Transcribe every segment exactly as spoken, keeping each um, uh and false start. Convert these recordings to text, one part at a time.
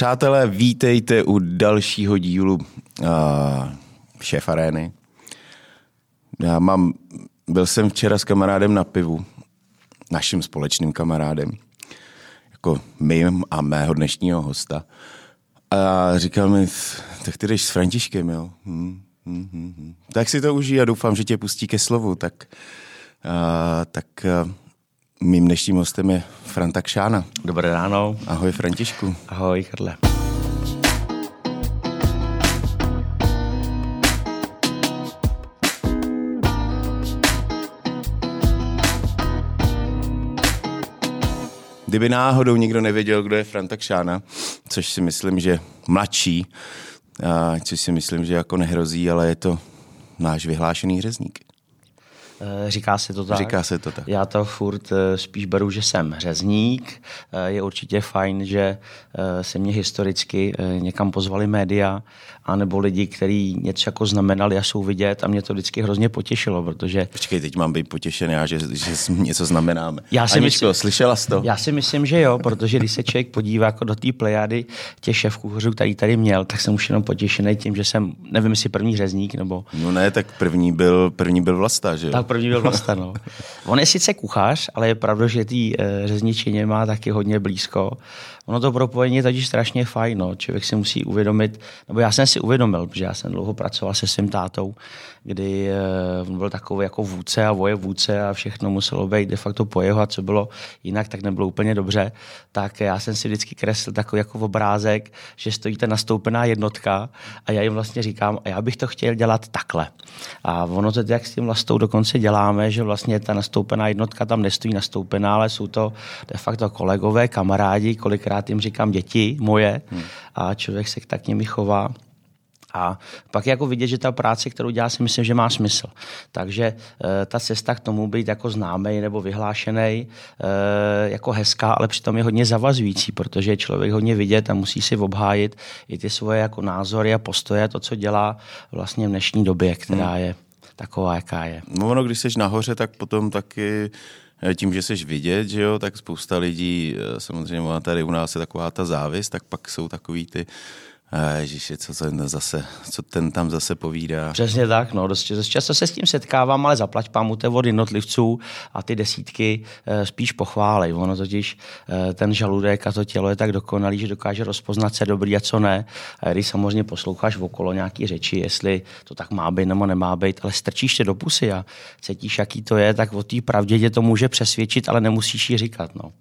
Přátelé, vítejte u dalšího dílu uh, Šéf Arény. Já mám, byl jsem včera s kamarádem na pivu, naším společným kamarádem, jako mým a mého dnešního hosta. A říkal mi, tak ty jdeš s Františkem, jo? Hmm, hmm, hmm, hmm. Tak si to užij a doufám, že tě pustí ke slovu. Tak, uh, tak uh, mým dnešním hostem je Franta Kšána. Dobré ráno. Ahoj Františku. Ahoj Karle. Kdyby náhodou nikdo nevěděl, kdo je Franta Kšána, což si myslím, že mladší, a což si myslím, že jako nehrozí, ale je to náš vyhlášený řezník. Říká se to tak? Říká se to tak. Já to furt spíš beru, že jsem řezník. Je určitě fajn, že se mě historicky někam pozvali média, anebo lidi, kteří něco jako znamenali a jsou vidět, a mě to vždycky hrozně potěšilo, protože... Počkej, teď mám být potěšený, já, že, že něco znamenáme. Já si Aničko, myslím, slyšela jsi to? Já si myslím, že jo, protože když se člověk podívá jako do té plejady těch šéfkuchařů, který tady měl, tak jsem už jenom potěšený tím, že jsem, nevím, jestli první řezník, nebo... No ne, tak první byl, první byl Vlasta, že jo? Tak první byl Vlasta, no. On je sice kuchař, ale je pravda, že té e, řezničině má taky hodně blízko. Ono to propojení je totiž strašně fajn, no. Člověk si musí uvědomit, nebo já jsem si uvědomil, že já jsem dlouho pracoval se svým tátou, kdy e, on byl takový jako vůdce a vojevůdce a všechno muselo být de facto po jeho, a co bylo jinak, tak nebylo úplně dobře. Tak já jsem si vždycky kreslil takový jako obrázek, že stojí ta nastoupená jednotka a já jim vlastně říkám, a já bych to chtěl dělat takhle. A ono to jak s tím Vlastou dokonce děláme, že vlastně ta nastoupená jednotka tam nestojí nastoupená, ale jsou to de facto kolegové, kamarádi, kolikrát jim říkám děti moje, hmm. a člověk se tak k nimi chová. A pak je jako vidět, že ta práce, kterou dělá, si myslím, že má smysl. Takže e, ta cesta k tomu být jako známej nebo vyhlášený e, jako hezká, ale přitom je hodně zavazující, protože je člověk hodně vidět a musí si obhájit i ty svoje jako názory a postoje, to, co dělá vlastně v dnešní době, která hmm. je taková, jaká je. No ono, když jsi nahoře, tak potom taky tím, že jsi vidět, že jo, tak spousta lidí, samozřejmě tady u nás je taková ta závist, tak pak jsou takový ty Ježiši, co ten zase, co ten tam zase povídá. Přesně tak, no, dost, dost často se s tím setkávám, ale zaplať pámu té od jednotlivců a ty desítky e, spíš pochválej. Ono totiž e, ten žaludek a to tělo je tak dokonalý, že dokáže rozpoznat, co je dobrý a co ne. A když samozřejmě posloucháš okolo nějaký řeči, jestli to tak má být nebo nemá být, ale strčíš se do pusy a cítíš, jaký to je, tak o té pravdě tě to může přesvědčit, ale nemusíš ji říkat, no.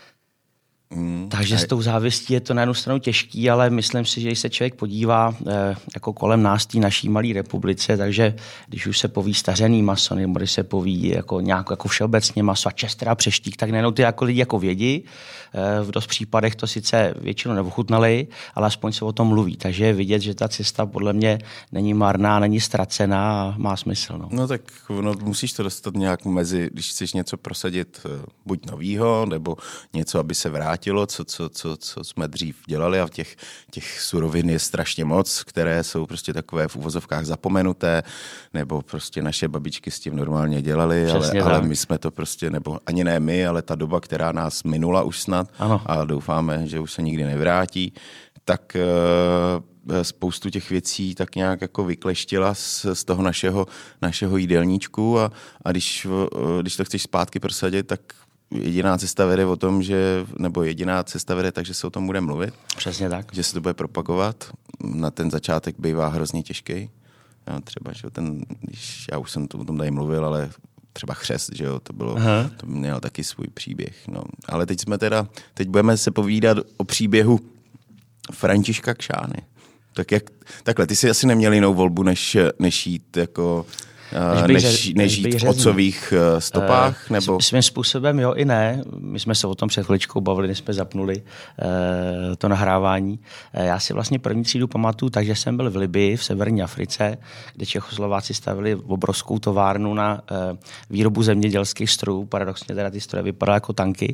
Mm, Takže s tou závistí je to na jednu stranu těžký, ale myslím si, že když se člověk podívá eh, jako kolem nás té naší malé republice, takže když už se poví stařený maso, nebo když se poví jako nějak jako všeobecně maso a Chester a Přeštík, tak nejenom ty jako lidi jako vědí. Eh, v dost případech to sice většinou neochutnali, ale aspoň se o tom mluví. Takže je vidět, že ta cesta podle mě není marná, není ztracená a má smysl. No, no tak no, musíš to dostat nějak mezi, když chceš něco prosadit buď novýho, nebo něco, aby se vrátil. Co, co, co, co jsme dřív dělali, a těch, těch surovin je strašně moc, které jsou prostě takové v uvozovkách zapomenuté, nebo prostě naše babičky s tím normálně dělali, ale, ale my jsme to prostě, nebo ani ne my, ale ta doba, která nás minula už snad, ano. A doufáme, že už se nikdy nevrátí, tak e, spoustu těch věcí tak nějak jako vykleštila z, z toho našeho, našeho jídelníčku, a, a když, když to chceš zpátky prosadit, tak jediná cesta vede o tom, že, nebo jediná cesta vede tak, že se o tom bude mluvit. Přesně tak. Že se to bude propagovat. Na ten začátek bývá hrozně těžký. No, třeba, že ten, když já už jsem to o tom tady mluvil, ale třeba chřest, že jo, to bylo, Aha. to měl taky svůj příběh. No. Ale teď jsme teda, teď budeme se povídat o příběhu Františka Kšány. Tak jak, takhle, ty jsi asi neměl jinou volbu, než, než jít jako... Než, než, než žít v otcových stopách? Uh, nebo? Svým způsobem jo i ne. My jsme se o tom před chviličkou bavili, než jsme zapnuli uh, to nahrávání. Uh, já si vlastně první třídu pamatuju, takže jsem byl v Libii v severní Africe, kde Čechoslováci stavili obrovskou továrnu na uh, výrobu zemědělských strojů. Paradoxně teda ty stroje vypadaly jako tanky.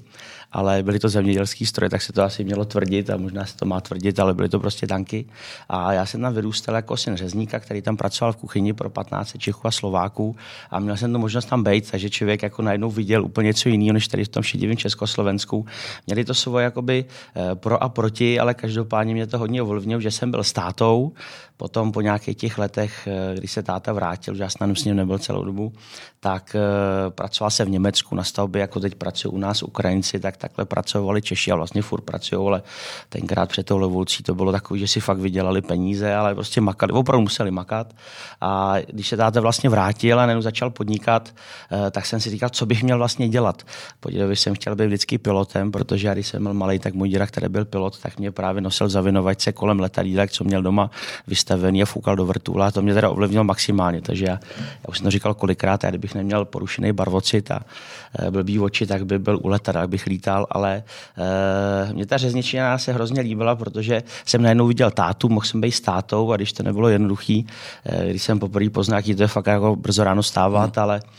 ale byly to zemědělský stroje, tak se to asi mělo tvrdit a možná se to má tvrdit, ale byly to prostě tanky. A já jsem tam vyrůstal jako syn řezníka, který tam pracoval v kuchyni pro patnáct Čechů a Slováků a měl jsem tu možnost tam být, takže člověk jako najednou viděl úplně něco jiného, než tady v tom šedivém Československu. Měli to svoje jakoby pro a proti, ale každopádně mě to hodně ovlivnilo, že jsem byl s tátou, potom po nějakých těch letech, když se táta vrátil, že já snad s ním nebyl celou dobu, tak uh, pracoval se v Německu na stavbě, jako teď pracují u nás Ukrajinci, tak takhle pracovali Češi a vlastně furt pracují, ale tenkrát před tou revolucí to bylo takový, že si fakt vydělali peníze, ale prostě makali, opravdu museli makat. A když se táta vlastně vrátil a najednou začal podnikat, uh, tak jsem si říkal, co bych měl vlastně dělat. Podívej, jsem chtěl být vždycky pilotem, protože já, když jsem byl malý, tak můj děda, který byl pilot, tak mě právě nosil za vinovačce kolem letadílek, co měl doma vystavený a foukal do vrtule a to mě teda ovlivnilo maximálně. Takže já, já už jsem to říkal kolikrát, já kdybych neměl porušený barvocit a e, blbý oči, tak by byl u letadla, tak bych lítal, ale e, mě ta řezničina se hrozně líbila, protože jsem najednou viděl tátu, mohl jsem být s tátou a když to nebylo jednoduchý, e, když jsem poprvé poznal, jaký to je fakt jako brzo ráno stávat, hmm. ale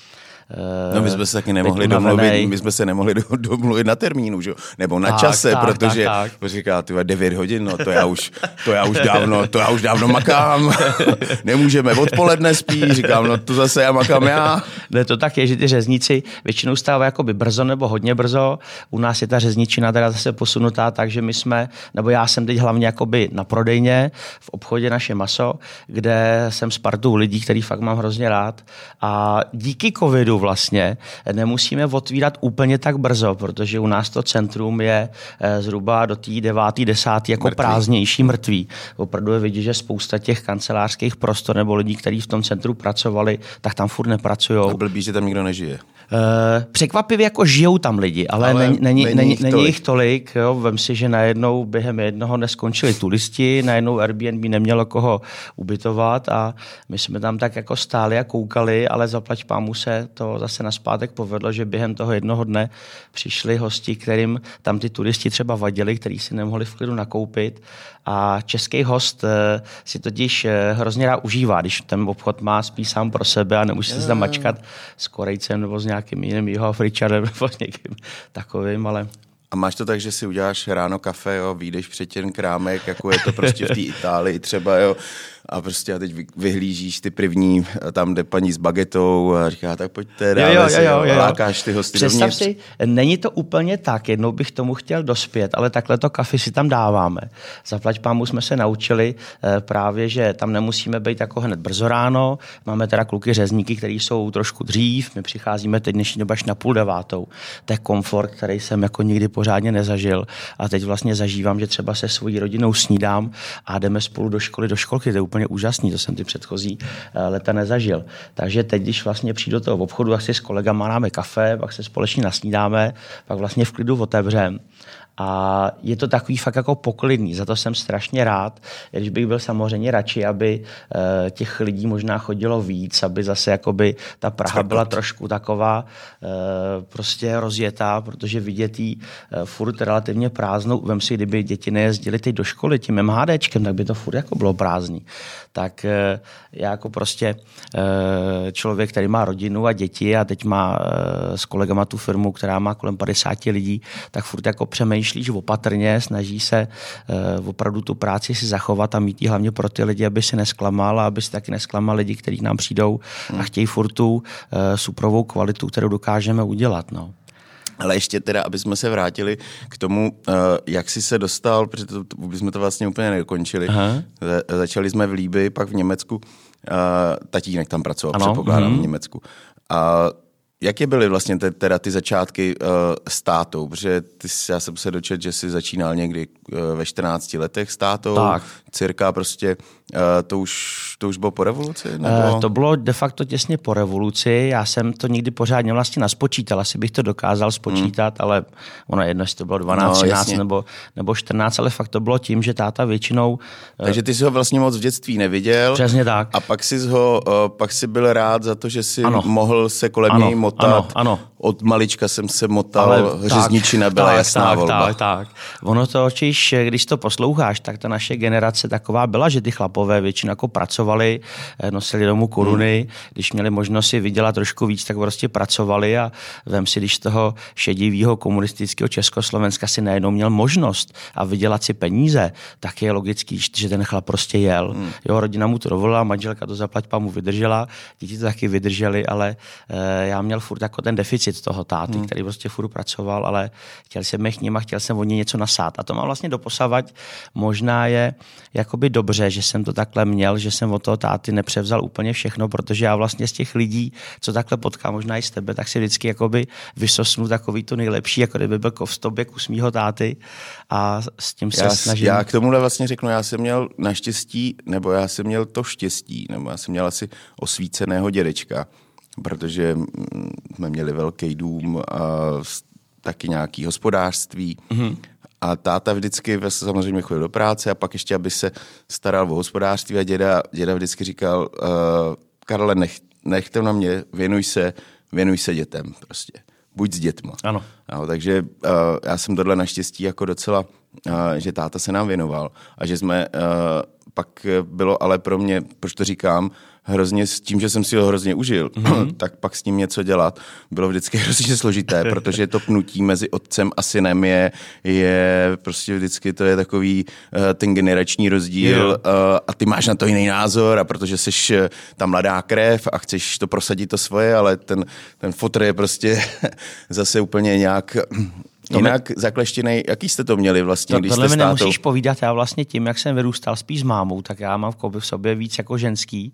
No my jsme se taky nemohli domluvit, my jsme se nemohli domluvit na termínu, že? Nebo na tak, čase, tak, protože tak, tak. říká, ty devět hodin, no to já už, to já už dávno, to já už dávno makám, nemůžeme odpoledne spí, říkám, no to zase já makám já. Ne, to tak je, že ty řezníci většinou stávají jakoby brzo nebo hodně brzo, u nás je ta řezničina teda zase posunutá, takže my jsme, nebo já jsem teď hlavně jakoby na prodejně, v obchodě Naše maso, kde jsem s partou lidí, který fakt mám hrozně rád a díky covidu vlastně nemusíme otvírat úplně tak brzo, protože u nás to centrum je zhruba do té devátý, desátý jako mrtvý. prázdnější, mrtvý. Opravdu je vidět, že spousta těch kancelářských prostor nebo lidí, kteří v tom centru pracovali, tak tam furt nepracujou. A blbý, že tam nikdo nežije. Uh, překvapivě jako žijou tam lidi, ale, ale není, není, není, není, není jich tolik. Jo. Vem si, že najednou během jednoho neskončili turisti, najednou Airbnb nemělo koho ubytovat a my jsme tam tak jako stáli a koukali, ale zaplať pámu se to zase naspátek povedlo, že během toho jednoho dne přišli hosti, kterým tam ty turisti třeba vadili, který si nemohli v klidu nakoupit a český host uh, si totiž uh, hrozně rád užívá, když ten obchod má spíš sám pro sebe a nemusí se tam mačkat s Korejcem nebo s nějakým jiným Jihoafričanem nebo s někým takovým, ale... A máš to tak, že si uděláš ráno kafe, jo, vyjdeš před ten krámek, jako je to prostě v té Itálii třeba, jo, a prostě a teď vyhlížíš ty první, tam jde paní s bagetou a říká, tak pojďte, dáme jo, jo, si, jo, jo, lákáš ty hosty Představ dovnitř. Si, není to úplně tak, jednou bych tomu chtěl dospět, ale takhle to kafe si tam dáváme. Zaplať pámu jsme se naučili eh, právě, že tam nemusíme být jako hned brzo ráno, máme teda kluky řezníky, kteří jsou trošku dřív, my přicházíme teď dnešní doba až na půl devátou. To je komfort, který jsem jako nikdy pořádně nezažil a teď vlastně zažívám, že třeba se svojí rodinou snídám a jdeme spolu do školy, do školky, to je úplně úžasný, to jsem ty předchozí leta nezažil. Takže teď, když vlastně přijdu do toho obchodu, tak si s kolegama dáme kafe, pak se společně nasnídáme, pak vlastně v klidu otevřem. A je to takový fakt jako poklidný, za to jsem strašně rád, když bych byl samozřejmě radši, aby e, těch lidí možná chodilo víc, aby zase jakoby ta Praha byla trošku taková e, prostě rozjetá, protože vidět jí e, furt relativně prázdnou. Vem si, kdyby děti nejezdily teď do školy tím MHDčkem, tak by to furt jako bylo prázdný. Tak e, já jako prostě e, člověk, který má rodinu a děti a teď má e, s kolegama tu firmu, která má kolem padesát lidí, tak furt jako přemýšlíš opatrně, snaží se uh, opravdu tu práci si zachovat a mít ji hlavně pro ty lidi, aby si nesklamal a aby si taky nesklamal lidi, kteří k nám přijdou hmm. a chtějí furt tu uh, suprovou kvalitu, kterou dokážeme udělat. No. Ale ještě teda, aby jsme se vrátili k tomu, uh, jak jsi se dostal, protože to, to, bychom to vlastně úplně nedokončili. Za, začali jsme v Líbii, pak v Německu. Uh, tatínek tam pracoval, ano. předpokládám, mm-hmm. v Německu. A jaké byly vlastně te, teda ty začátky uh, s tátou? Protože ty, já jsem se dočetl, že jsi začínal někdy uh, ve čtrnácti letech s tátou. Tak. Cirka prostě, uh, to, už, to už bylo po revoluci? Nebo? Uh, to bylo de facto těsně po revoluci. Já jsem to nikdy pořádně vlastně naspočítal. Asi bych to dokázal spočítat, hmm. ale ono jedno, jestli to bylo dvanáct, no, třináct nebo, nebo čtrnáct, ale fakt to bylo tím, že táta většinou... Uh, Takže ty jsi ho vlastně moc v dětství neviděl. Přesně tak. A pak jsi ho, uh, pak jsi byl rád za to, že jsi ano. mohl se kolem ano. něj motat. Ano, ano. Od malička jsem se motal, řezničina byla tak, jasná tak, volba. Tak, tak. Ono to, čiž, když to posloucháš, tak ta naše generace taková byla, že ty chlapové většinou jako pracovali pracovali, nosili domů koruny, hmm. když měli možnost si vydělat trošku víc, tak prostě pracovali a vem si, když toho šedivého komunistického Československa si najednou měl možnost a vydělat si peníze, tak je logický, že ten chlap prostě jel. Hmm. Jo, rodina mu to dovolila, manželka to zaplať mu vydržela, děti to taky vydrželi, ale e, já měl furt jako ten deficit toho táty, hmm. který prostě furt pracoval, ale chtěl jsem mech ním a chtěl jsem od něj něco nasát. A to mám vlastně doposavať. Možná je jakoby dobře, že jsem to takhle měl, že jsem od toho táty nepřevzal úplně všechno, protože já vlastně z těch lidí, co takhle potkám, možná i z tebe, tak si vždycky jakoby vysosnu takový to nejlepší, jako kdyby byl v tobě kus mýho táty a s tím se já, snažím. Já k tomuhle vlastně řeknu, já jsem měl naštěstí, nebo já jsem měl to štěstí, nebo já jsem měl asi osvíceného dědečka, protože jsme měli velký dům a taky nějaký hospodářství. Mm-hmm. A táta vždycky samozřejmě chodil do práce a pak ještě, aby se staral o hospodářství a děda, děda vždycky říkal, uh, Karle, nech, nech to na mě, věnuj se, věnuj se dětem prostě. Buď s dětma. Ano. No, takže uh, já jsem tohle naštěstí jako docela, uh, že táta se nám věnoval a že jsme, uh, pak bylo ale pro mě, proč to říkám, hrozně s tím, že jsem si ho hrozně užil, mm-hmm. tak pak s ním něco dělat bylo vždycky hrozně složité, protože to pnutí mezi otcem a synem je, je prostě vždycky to je takový uh, ten generační rozdíl uh, a ty máš na to jiný názor a protože jsi uh, ta mladá krev a chceš to prosadit to svoje, ale ten, ten fotr je prostě zase úplně nějak... Jinak zakleštěnej, jaký jste to měli vlastně, to, když tohle jste mi státou? Nemusíš povídat, já vlastně tím, jak jsem vyrůstal spíš s mámou, tak já mám v sobě víc jako ženský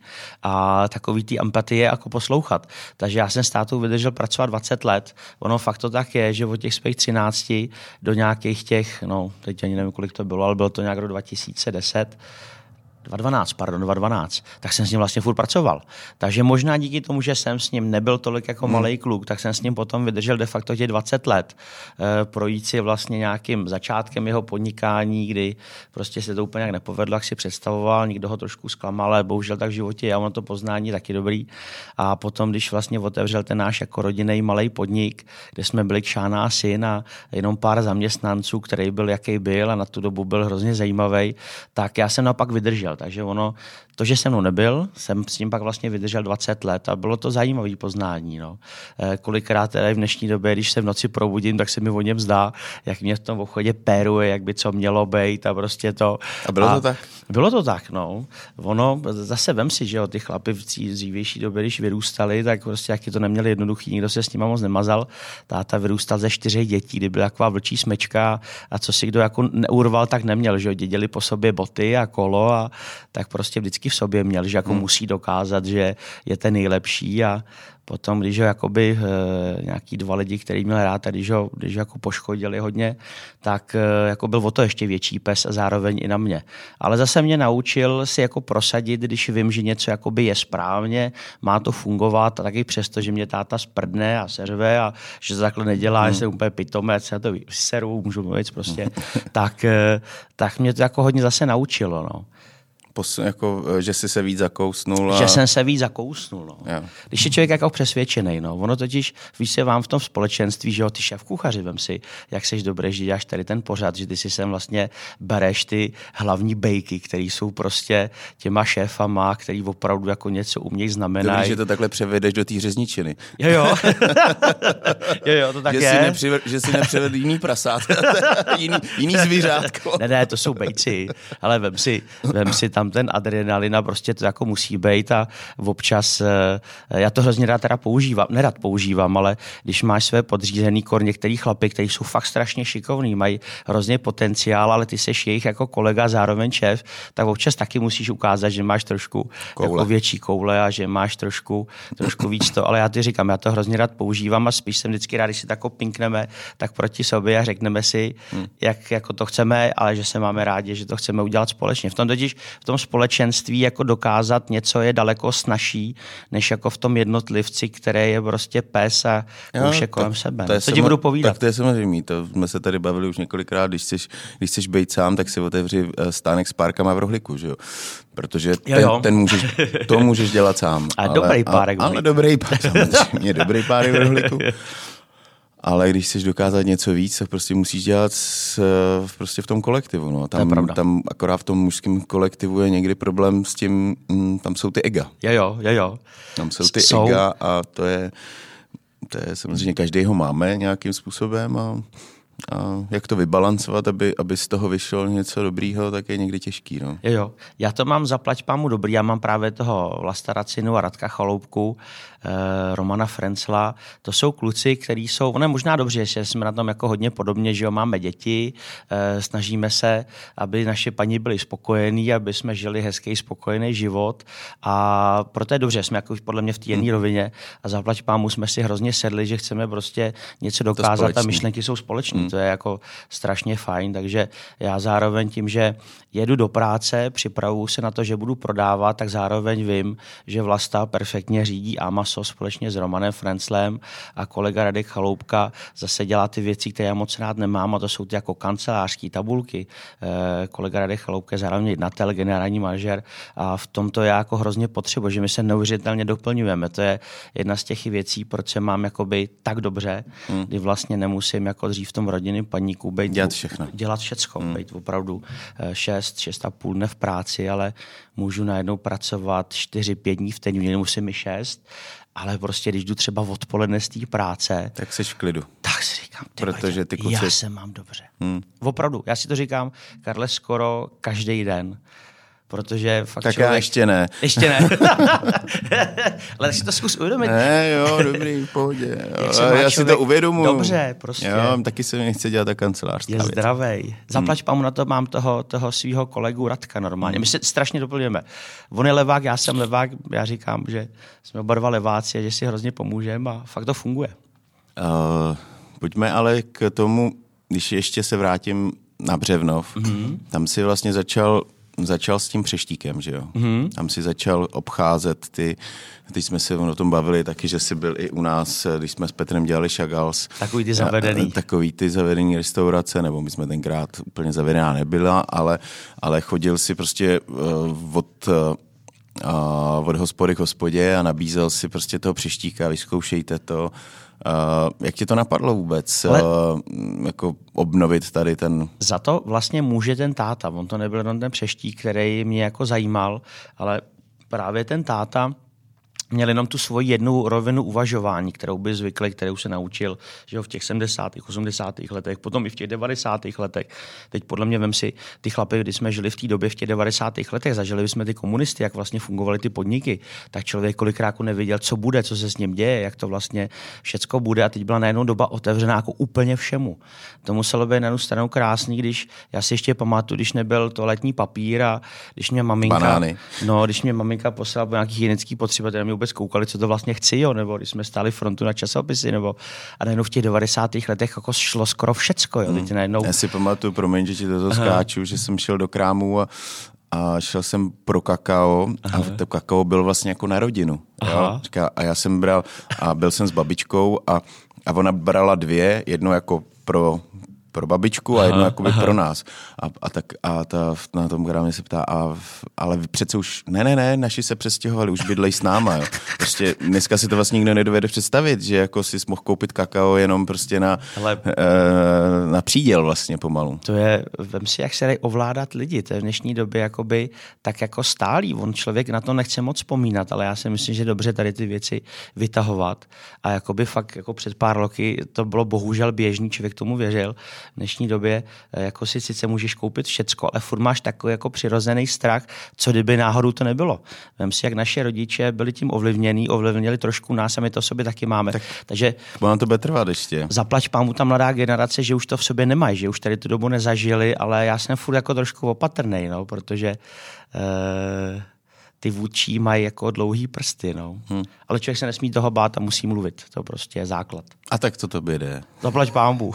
a takový ty empatie jako poslouchat. Takže já jsem s tátou vydržel pracovat dvacet let. Ono fakt to tak je, že od těch svých třinácti do nějakých těch, no teď ani nevím, kolik to bylo, ale bylo to nějak do dva tisíce deset, dva tisíce dvanáct, pardon, dva tisíce dvanáct, tak jsem s ním vlastně furt pracoval. Takže možná díky tomu, že jsem s ním nebyl tolik jako malej hmm. kluk, tak jsem s ním potom vydržel de facto těch dvacet let. E, projít si vlastně nějakým začátkem jeho podnikání, kdy prostě se to úplně jak nepovedlo, jak si představoval, někdo ho trošku zklamal, ale bohužel tak v životě je, ono to poznání taky dobrý. A potom, když vlastně otevřel ten náš jako rodinný malej podnik, kde jsme byli kšána a syn a jenom pár zaměstnanců, který byl, jaký byl a na tu dobu byl hrozně zajímavý, tak já jsem naopak vydržel. Takže ono, to, že se mnou nebyl, jsem s ním pak vlastně vydržel dvacet let a bylo to zajímavé poznání. No. E, kolikrát v dnešní době, když se v noci probudím, tak se mi o něm zdá, jak mě v tom obchodě péruje, jak by co mělo být a prostě to. A bylo a to tak? Bylo to tak, no. Ono, zase vem si, že jo, ty chlapi v dřívější době, když vyrůstali, tak prostě jak to neměli jednoduchý, nikdo se s nima moc nemazal. Táta vyrůstal ze čtyřech dětí, kdy byla taková vlčí smečka a co si kdo jako neurval, tak neměl, že jo, děděli po sobě boty a kolo a tak prostě vždycky v sobě měl, že jako hmm. musí dokázat, že je ten nejlepší a potom, když ho jakoby e, nějaký dva lidi, který měl rád a když ho, když ho jako poškodili hodně, tak e, jako byl o to ještě větší pes a zároveň i na mě. Ale zase mě naučil si jako prosadit, když vím, že něco jakoby je správně, má to fungovat a taky přesto, že mě táta sprdne a seřve a že to takhle nedělá, hmm. že jsem úplně pitomec, se na to vyseru, můžu mluvit prostě, tak, e, tak mě to jako hodně zase naučilo, no. Pos, jako, že jsi se víc zakousnul. A... Že jsem se víc zakousnul. No. Když je člověk jako přesvědčený, no. Ono totiž, víš se vám v tom společenství, že jo, ty šéf kuchaři, vem si, jak seš dobrý, že děláš tady ten pořad, že ty si sem vlastně bereš ty hlavní bejky, které jsou prostě těma šéfama, který opravdu jako něco umějí znamenají. Dobrý, že to takhle převedeš do té řezničiny. Jo, jo. jo, jo, to tak že je. Si nepřived, že si nepřeved jiný prasát, jiný, jiný zvířátko. Ne, ne, to jsou bejci, ale vem si, vem si tam ten adrenalina, prostě to jako musí být a občas, já to hrozně rád teda používám, nerad používám, ale když máš své podřízený kor, některý chlapy, kteří jsou fakt strašně šikovní, mají hrozně potenciál, ale ty seš jejich jako kolega, zároveň šéf, tak občas taky musíš ukázat, že máš trošku jako větší koule a že máš trošku, trošku víc to, ale já ti říkám, já to hrozně rád používám a spíš jsem vždycky rád, když si tako pinkneme, tak proti sobě a řekneme si, hmm. jak jako to chceme, ale že se máme rádi, že to chceme udělat společně. V tom totiž, v tom společenství jako dokázat něco je daleko snazší, než jako v tom jednotlivci, který je prostě pes a kouše kolem sebe. To Co ti budu povídat? Tak to je samozřejmě, to jsme se tady bavili už několikrát, když chceš, když chceš být sám, tak si otevři stánek s párkama v rohlíku, že jo? Protože jo, jo. Ten, ten můžeš, to můžeš dělat sám. A ale, dobrý párek. A, ale dobrý párek, samozřejmě, dobrý párek v rohlíku. Ale když chceš dokázat něco víc, tak prostě musíš dělat s, prostě v tom kolektivu. No. Tam, tam akorát v tom mužském kolektivu je někdy problém s tím, tam jsou ty ega. Jo, jo, jo, jo. Tam jsou ty jsou... ega a to je, to je samozřejmě, každý ho máme nějakým způsobem a, a jak to vybalancovat, aby, aby z toho vyšlo něco dobrýho, tak je někdy těžký. No. Jo, jo. Já to mám zaplať pámu dobrý, já mám právě toho Vlasta Racinu a Radka Chaloupku, Romana Frencla, to jsou kluci, kteří jsou, ono je možná dobře, že jsme na tom jako hodně podobně, že jo, máme děti, snažíme se, aby naše paní byly spokojení, aby jsme žili hezký, spokojený život a proto je dobře, jsme jako podle mě v té jedné rovině a zaplať pámu jsme si hrozně sedli, že chceme prostě něco dokázat a myšlenky jsou společné, hmm. to je jako strašně fajn, takže já zároveň tím, že jedu do práce, připravuju se na to, že budu prodávat, tak zároveň vím, že Vlasta perfektně řídí Amaso společně s Romanem Frenclem a kolega Radek Chaloupka zase dělá ty věci, které já moc rád nemám a to jsou ty jako kancelářské tabulky. E, kolega Radek Chaloupka je zároveň jednatel, generální manažer a v tomto já jako hrozně potřebuji, že my se neuvěřitelně doplňujeme. To je jedna z těch věcí, proč se mám jakoby tak dobře, hmm. kdy vlastně nemusím jako dřív v tom rodinném paníku být, dělat všechno. Dělat všecko, hmm. být opravdu šest, šest a půl dne v práci, ale můžu najednou pracovat čtyři, pět dní v týdnu, nemusím i šest, ale prostě když jdu třeba odpoledne z té práce, tak jsi v klidu. Tak si říkám, ty protože ty kluci... já se mám dobře. Hmm. Opravdu, já si to říkám, Karle, skoro každý den. Protože fakt tak člověk... já ještě ne. Ještě ne. Ale si to zkus uvědomit. Ne, jo, dobrý, v pohodě. Já si to uvědomuji. Dobře, prostě. Jo, taky se mi nechce dělat ta kancelářská je věc. Zdravej. Zaplať hmm. pámu na to, mám toho, toho svého kolegu Radka normálně. My se strašně doplňujeme. On je levák, já jsem levák, já říkám, že jsme oba dva leváci a že si hrozně pomůžeme a fakt to funguje. Uh, pojďme ale k tomu, když ještě se vrátím na Břevnov, mm-hmm. tam si vlastně začal Začal s tím Přeštíkem, že jo? Mm-hmm. Tam si začal obcházet ty, teď jsme se o tom bavili taky, že jsi byl i u nás, když jsme s Petrem dělali Chagals. Takový ty zavedený. Takový ty zavedený restaurace, nebo my jsme tenkrát úplně zavedená nebyla, ale, ale chodil si prostě uh, od, uh, od hospody k hospodě a nabízel si prostě toho Přeštíka, vyzkoušejte to. Uh, jak ti to napadlo vůbec, Ale... uh, jako obnovit tady ten... Za to vlastně může ten táta. On to nebyl jenom ten Přeštík, který mě jako zajímal, ale právě ten táta měl jenom tu svoji jednu rovinu uvažování, kterou by zvykli, kterou se naučil, že v těch sedmdesátých, osmdesátých letech, potom i v těch devadesátých letech. Teď podle mě vem si ty chlapy, když jsme žili v té době v těch devadesátých letech, zažili jsme ty komunisty, jak vlastně fungovaly ty podniky, tak člověk kolikrát nevěděl, co bude, co se s ním děje, jak to vlastně všecko bude a teď byla najednou doba otevřená jako úplně všemu. To muselo být na jednu stranu krásný, když já si ještě pamatuju, když nebyl toaletní papír a když mě maminka, Banány. no, když mě maminka poslala po nějakých hygienických potřebách, vůbec koukali, co to vlastně chci, jo, nebo když jsme stáli frontu na časopisy, nebo a najednou v těch devadesátých letech jako šlo skoro všecko, jo. Teď najednou... Já si pamatuju, promiň, že ti toto skáču, že jsem šel do krámu a, a šel jsem pro kakao Aha. a to kakao byl vlastně jako na rodinu. Jo? Říká, a já jsem bral, a byl jsem s babičkou a, a ona brala dvě, jedno jako pro pro babičku a jedno jakoby pro nás. A, a tak a ta na tom krámě se ptá, a, ale přece už, ne, ne, ne, naši se přestěhovali, už bydlej s náma. Jo. Prostě dneska si to vlastně nikdo nedovede představit, že jako si mohl koupit kakao jenom prostě na, ale... e, na příděl vlastně pomalu. To je, vem si, jak se dají ovládat lidi, to je v dnešní době jakoby tak jako stálý. On člověk na to nechce moc vzpomínat, ale já si myslím, že dobře tady ty věci vytahovat. A jakoby fakt jako před pár roky to bylo bohužel běžný, člověk tomu věřil. V dnešní době jako si sice můžeš koupit všecko, ale furt máš takový jako přirozený strach, co kdyby náhodou to nebylo. Vem si, jak naše rodiče byli tím ovlivnění, ovlivnili trošku nás a my to v sobě taky máme. Tak takže ono to bude trvat ještě. Zaplať pámu ta mladá generace, že už to v sobě nemají, že už tady tu dobu nezažili, ale já jsem furt jako trošku opatrnej, no, protože uh, ty vůdčí mají jako dlouhý prsty, no. Hmm. Ale člověk se nesmí toho bát a musí mluvit. To prostě je základ. A tak to tobě jde. Zaplať pámu.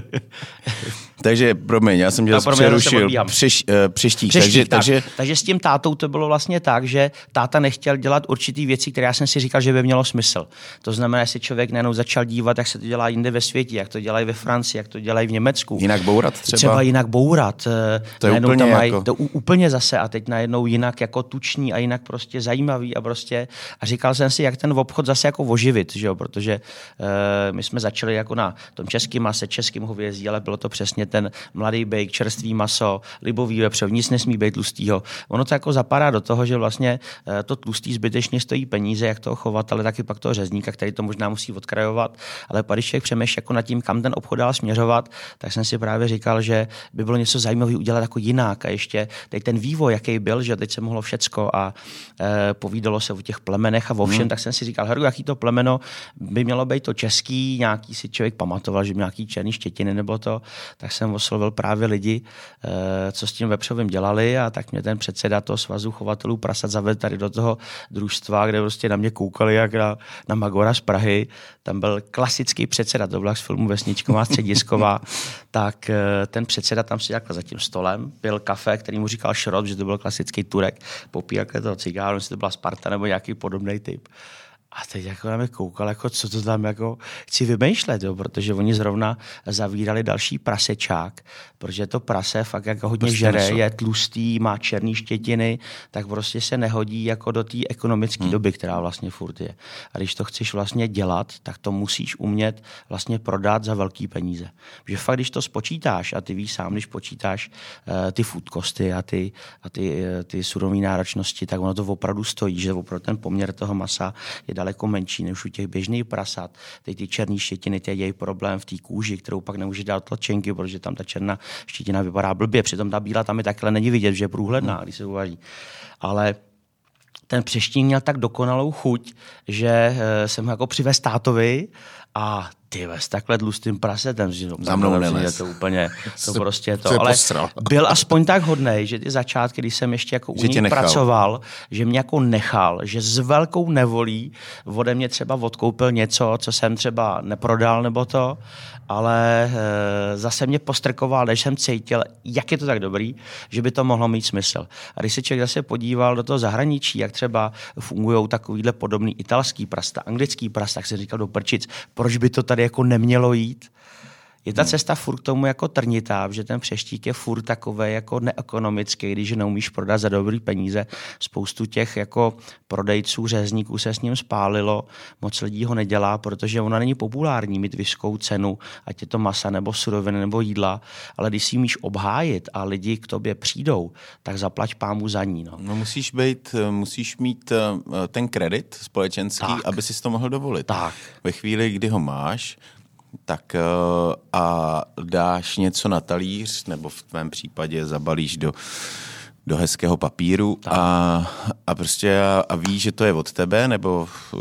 Takže, promiň, já jsem tě přerušil. Přeš, uh, přeštík. Přeštík, takže, tak. takže... takže s tím tátou to bylo vlastně tak, že táta nechtěl dělat určitý věci, které já jsem si říkal, že by mělo smysl. To znamená, že si člověk najednou začal dívat, jak se to dělá jinde ve světě, jak to dělají ve Francii, jak to dělají v Německu. Jinak bourat třeba? Třeba jinak bourat. To je úplně, mají, jako... to úplně zase a teď najednou jinak jako tuční a jinak jinak prostě zajímavý a prostě a říkal jsem si, jak ten obchod zase jako oživit, že jo? Protože e, my jsme začali jako na tom českém mase, českým hovězí, ale bylo to přesně ten mladý bejk, čerstvý maso, libový vepřov, nic nesmí být tlustýho. Ono to jako zapadá do toho, že vlastně e, to tlustý zbytečně stojí peníze, jak toho chovatele, tak i pak toho řezníka, který to možná musí odkrajovat, ale když člověk přemýšlí jako nad tím, kam ten obchod dál směřovat, tak jsem si právě říkal, že by bylo něco zajímavého udělat jako jinak a ještě teď ten vývoj, jaký byl, že teď se mohlo všecko a e, povídalo se o těch plemenech a o všem, hmm. tak jsem si říkal, heru, jaký to plemeno by mělo být to český, nějaký si člověk pamatoval, že nějaký černý štětiny nebo to, tak jsem oslovil právě lidi, e, co s tím vepřovým dělali a tak mě ten předseda toho svazu chovatelů prasat zavedl tady do toho družstva, kde prostě na mě koukali jak na, na Magora z Prahy. Tam byl klasický předseda, to byla z filmu Vesničková středisková, tak ten předseda tam seděl za tím stolem, pil kafe, který mu říkal šrot, že to byl klasický Turek, popíjel toho cigáru, jestli to byla Sparta nebo nějaký podobný typ. A teď jako na mě koukal, jako co to tam jako chci vymýšlet, jo, protože oni zrovna zavírali další prasečák, protože to prase fakt jako hodně prostě žere, jsou. Je tlustý, má černý štětiny, tak prostě se nehodí jako do té ekonomické hmm. doby, která vlastně furt je. A když to chceš vlastně dělat, tak to musíš umět vlastně prodat za velký peníze. Protože fakt, když to spočítáš, a ty víš sám, když počítáš uh, ty food costy a ty, a ty, uh, ty surový náročnosti, tak ono to opravdu stojí, že opravdu ten poměr toho masa je daleko menší než u těch běžných prasat. Teď ty černé štětiny, ty její problém v té kůži, kterou pak nemůže dát tlačenky, protože tam ta černá štětina vypadá blbě, přitom ta bílá tam je takhle není vidět, že je průhledná, hmm. když se uvaří. Ale ten přeštín měl tak dokonalou chuť, že jsem ho jako přivez tátovi a ty ves, takhle tlustým prasetem, že za mnou neles. To úplně, to prostě to, ale byl aspoň tak hodnej, že ty začátky, když jsem ještě jako u něj pracoval, že mě jako nechal, že s velkou nevolí ode mě třeba odkoupil něco, co jsem třeba neprodal nebo to, ale e, zase mě postrkoval, když jsem cítil, jak je to tak dobrý, že by to mohlo mít smysl. A když se člověk zase podíval do toho zahraničí, jak třeba fungují takovýhle podobný italský prasta, anglický prasta, tak jsem říkal do prčic, proč by to tady jako nemělo jít? Je ta cesta furt k tomu jako trnitá, že ten přeštík je furt takový jako neekonomický, když neumíš prodat za dobrý peníze. Spoustu těch jako prodejců, řezníků se s ním spálilo, moc lidí ho nedělá, protože ona není populární mít vysokou cenu, ať je to masa nebo suroviny nebo jídla, ale když si umíš obhájit a lidi k tobě přijdou, tak zaplať pámu za ní. No, no musíš být, musíš mít ten kredit společenský, tak, aby si to mohl dovolit. Tak. Ve chvíli, kdy ho máš, tak a dáš něco na talíř, nebo v tvém případě zabalíš do, do hezkého papíru a, a prostě a, a víš, že to je od tebe, nebo v,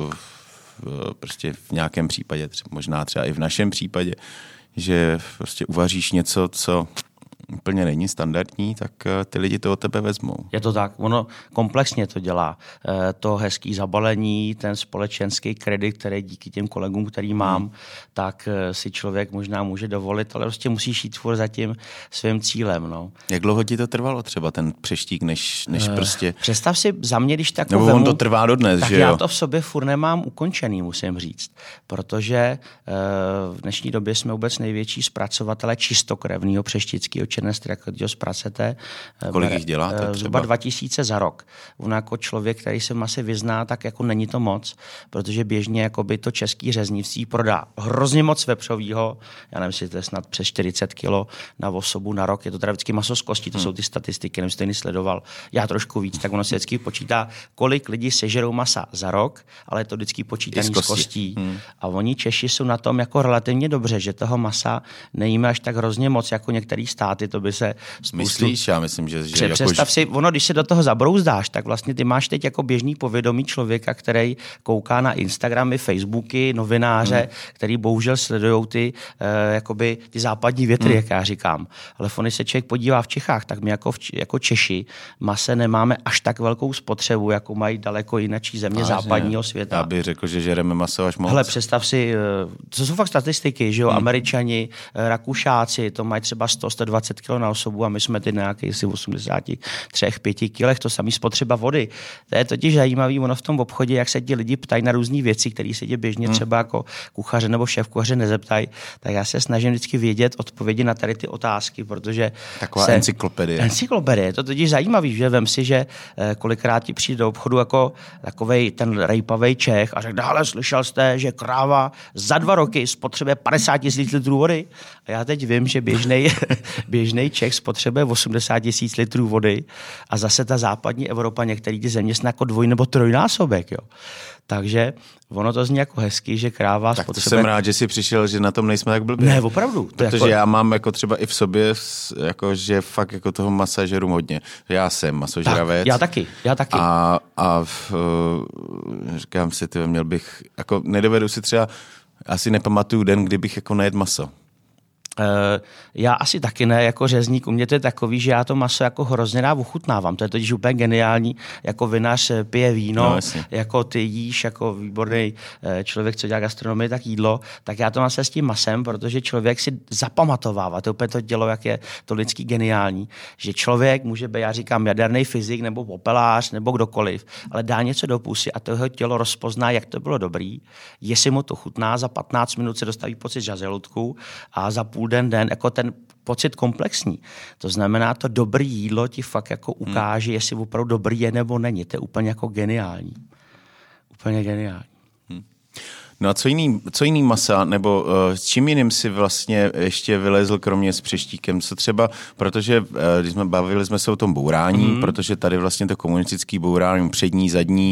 v, prostě v nějakém případě, třeba, možná třeba i v našem případě, že prostě uvaříš něco, co úplně není standardní, tak ty lidi to od tebe vezmou. Je to tak, ono komplexně to dělá. To hezký zabalení, ten společenský kredit, který díky těm kolegům, který mám, hmm. tak si člověk možná může dovolit, ale prostě musíš jít furt za tím svým cílem. No. Jak dlouho ti to trvalo třeba ten přeštík, než, než uh, prostě... Představ si za mě, když tak Nebo vemu, on to trvá dodnes, tak že já jo? to v sobě furt nemám ukončený, musím říct. Protože uh, v dnešní době jsme vůbec největší zpracovatele čistokrevného přeštíckého černé z prasete. Kolik jich děláte? Zhruba dva tisíce za rok. On jako člověk, který se mase vyzná, tak jako není to moc, protože běžně jakoby to český řeznictví prodá hrozně moc vepřovýho, já nevím, jestli to je snad přes čtyřicet kilo na osobu na rok, je to teda vždycky maso z kostí, to hmm. jsou ty statistiky, nevím, stejný sledoval, já trošku víc, tak ono se vždycky počítá, kolik lidí sežerou masa za rok, ale je to vždycky počítaný z kostí. Z kostí. Hmm. A oni Češi jsou na tom jako relativně dobře, že toho masa nejíme až tak hrozně moc, jako některé státy, to by se spoustu... Myslíš? Já myslím, že... že Pře- jako... Představ si, ono, když se do toho zabrouzdáš, tak vlastně ty máš teď jako běžný povědomí člověka, který kouká na Instagramy, Facebooky, novináře, hmm. který bohužel sledujou ty, uh, jakoby, ty západní větry, hmm. jak já říkám. Ale oni se člověk podívá v Čechách, tak my jako, v, jako Češi mase nemáme až tak velkou spotřebu, jako mají daleko jináčí země Vážně. západního světa. Já bych řekl, že žereme maso až moc. Hele, představ si, to jsou fakt statistiky, že jo, hmm. Američani, Rakušáci, to mají třeba sto až sto dvacet deset kilo na osobu a my jsme ty nějakých asi osmdesát tři pět kilech, to samý spotřeba vody. To je totiž zajímavý, ono v tom obchodě, jak se ti lidi ptají na různé věci, které se tě běžně hmm. třeba jako kuchaře nebo šéf kuchaře nezeptají, tak já se snažím vždycky vědět odpovědi na tady ty otázky, protože taková se, encyklopedie. Encyklopedie, to totiž zajímavý, že vem si, že kolikrát ti přijde do obchodu jako takovej ten rejpavej Čech a řekne, ale slyšel jste, že kráva za dva roky spotřebuje padesát tisíc litrů vody. A já teď vím, že běžnej, běžnej Čech spotřebuje osmdesát tisíc litrů vody a zase ta západní Evropa, některý ty země jako dvoj nebo trojnásobek. Jo. Takže ono to zní jako hezky, že kráva tak spotřebuje... to jsem rád, že jsi přišel, že na tom nejsme tak blbě. Ne, opravdu. To protože jako... já mám jako třeba i v sobě, jako, že fakt jako toho masa žeru hodně. Já jsem masožravec. Tak, já taky, já taky. A, a v, říkám si, tyhle, měl bych, jako nedovedu si třeba, asi nepamatuju den, kdybych jako nejedl maso. Uh, já asi taky ne, jako řezník, u mě to je takový, že já to maso jako hrozně rád ochutnávám, to je totiž úplně geniální, jako vinař pije víno, no, jako ty jíš, jako výborný člověk, co dělá gastronomii, tak jídlo, tak já to mám se s tím masem, protože člověk si zapamatovává, to je úplně to dělo, jak je to lidský geniální, že člověk může být, já říkám, jaderný fyzik, nebo popelář, nebo kdokoliv, ale dá něco do pusy a to jeho tělo rozpozná, jak to bylo dobrý, jestli mu to chutná, za patnáct minut se dostaví pocit žazelutku a za půl den, den, jako ten pocit komplexní. To znamená, to dobré jídlo ti fakt jako ukáže, hmm. jestli opravdu dobrý je nebo není. To je úplně jako geniální. Úplně geniální. Hmm. No a co jiný, co jiný masa, nebo uh, s čím jiným si vlastně ještě vylezl, kromě s přeštíkem? Co třeba, protože uh, když jsme bavili jsme se o tom bourání, mm. protože tady vlastně to komunistický bourání, přední, zadní,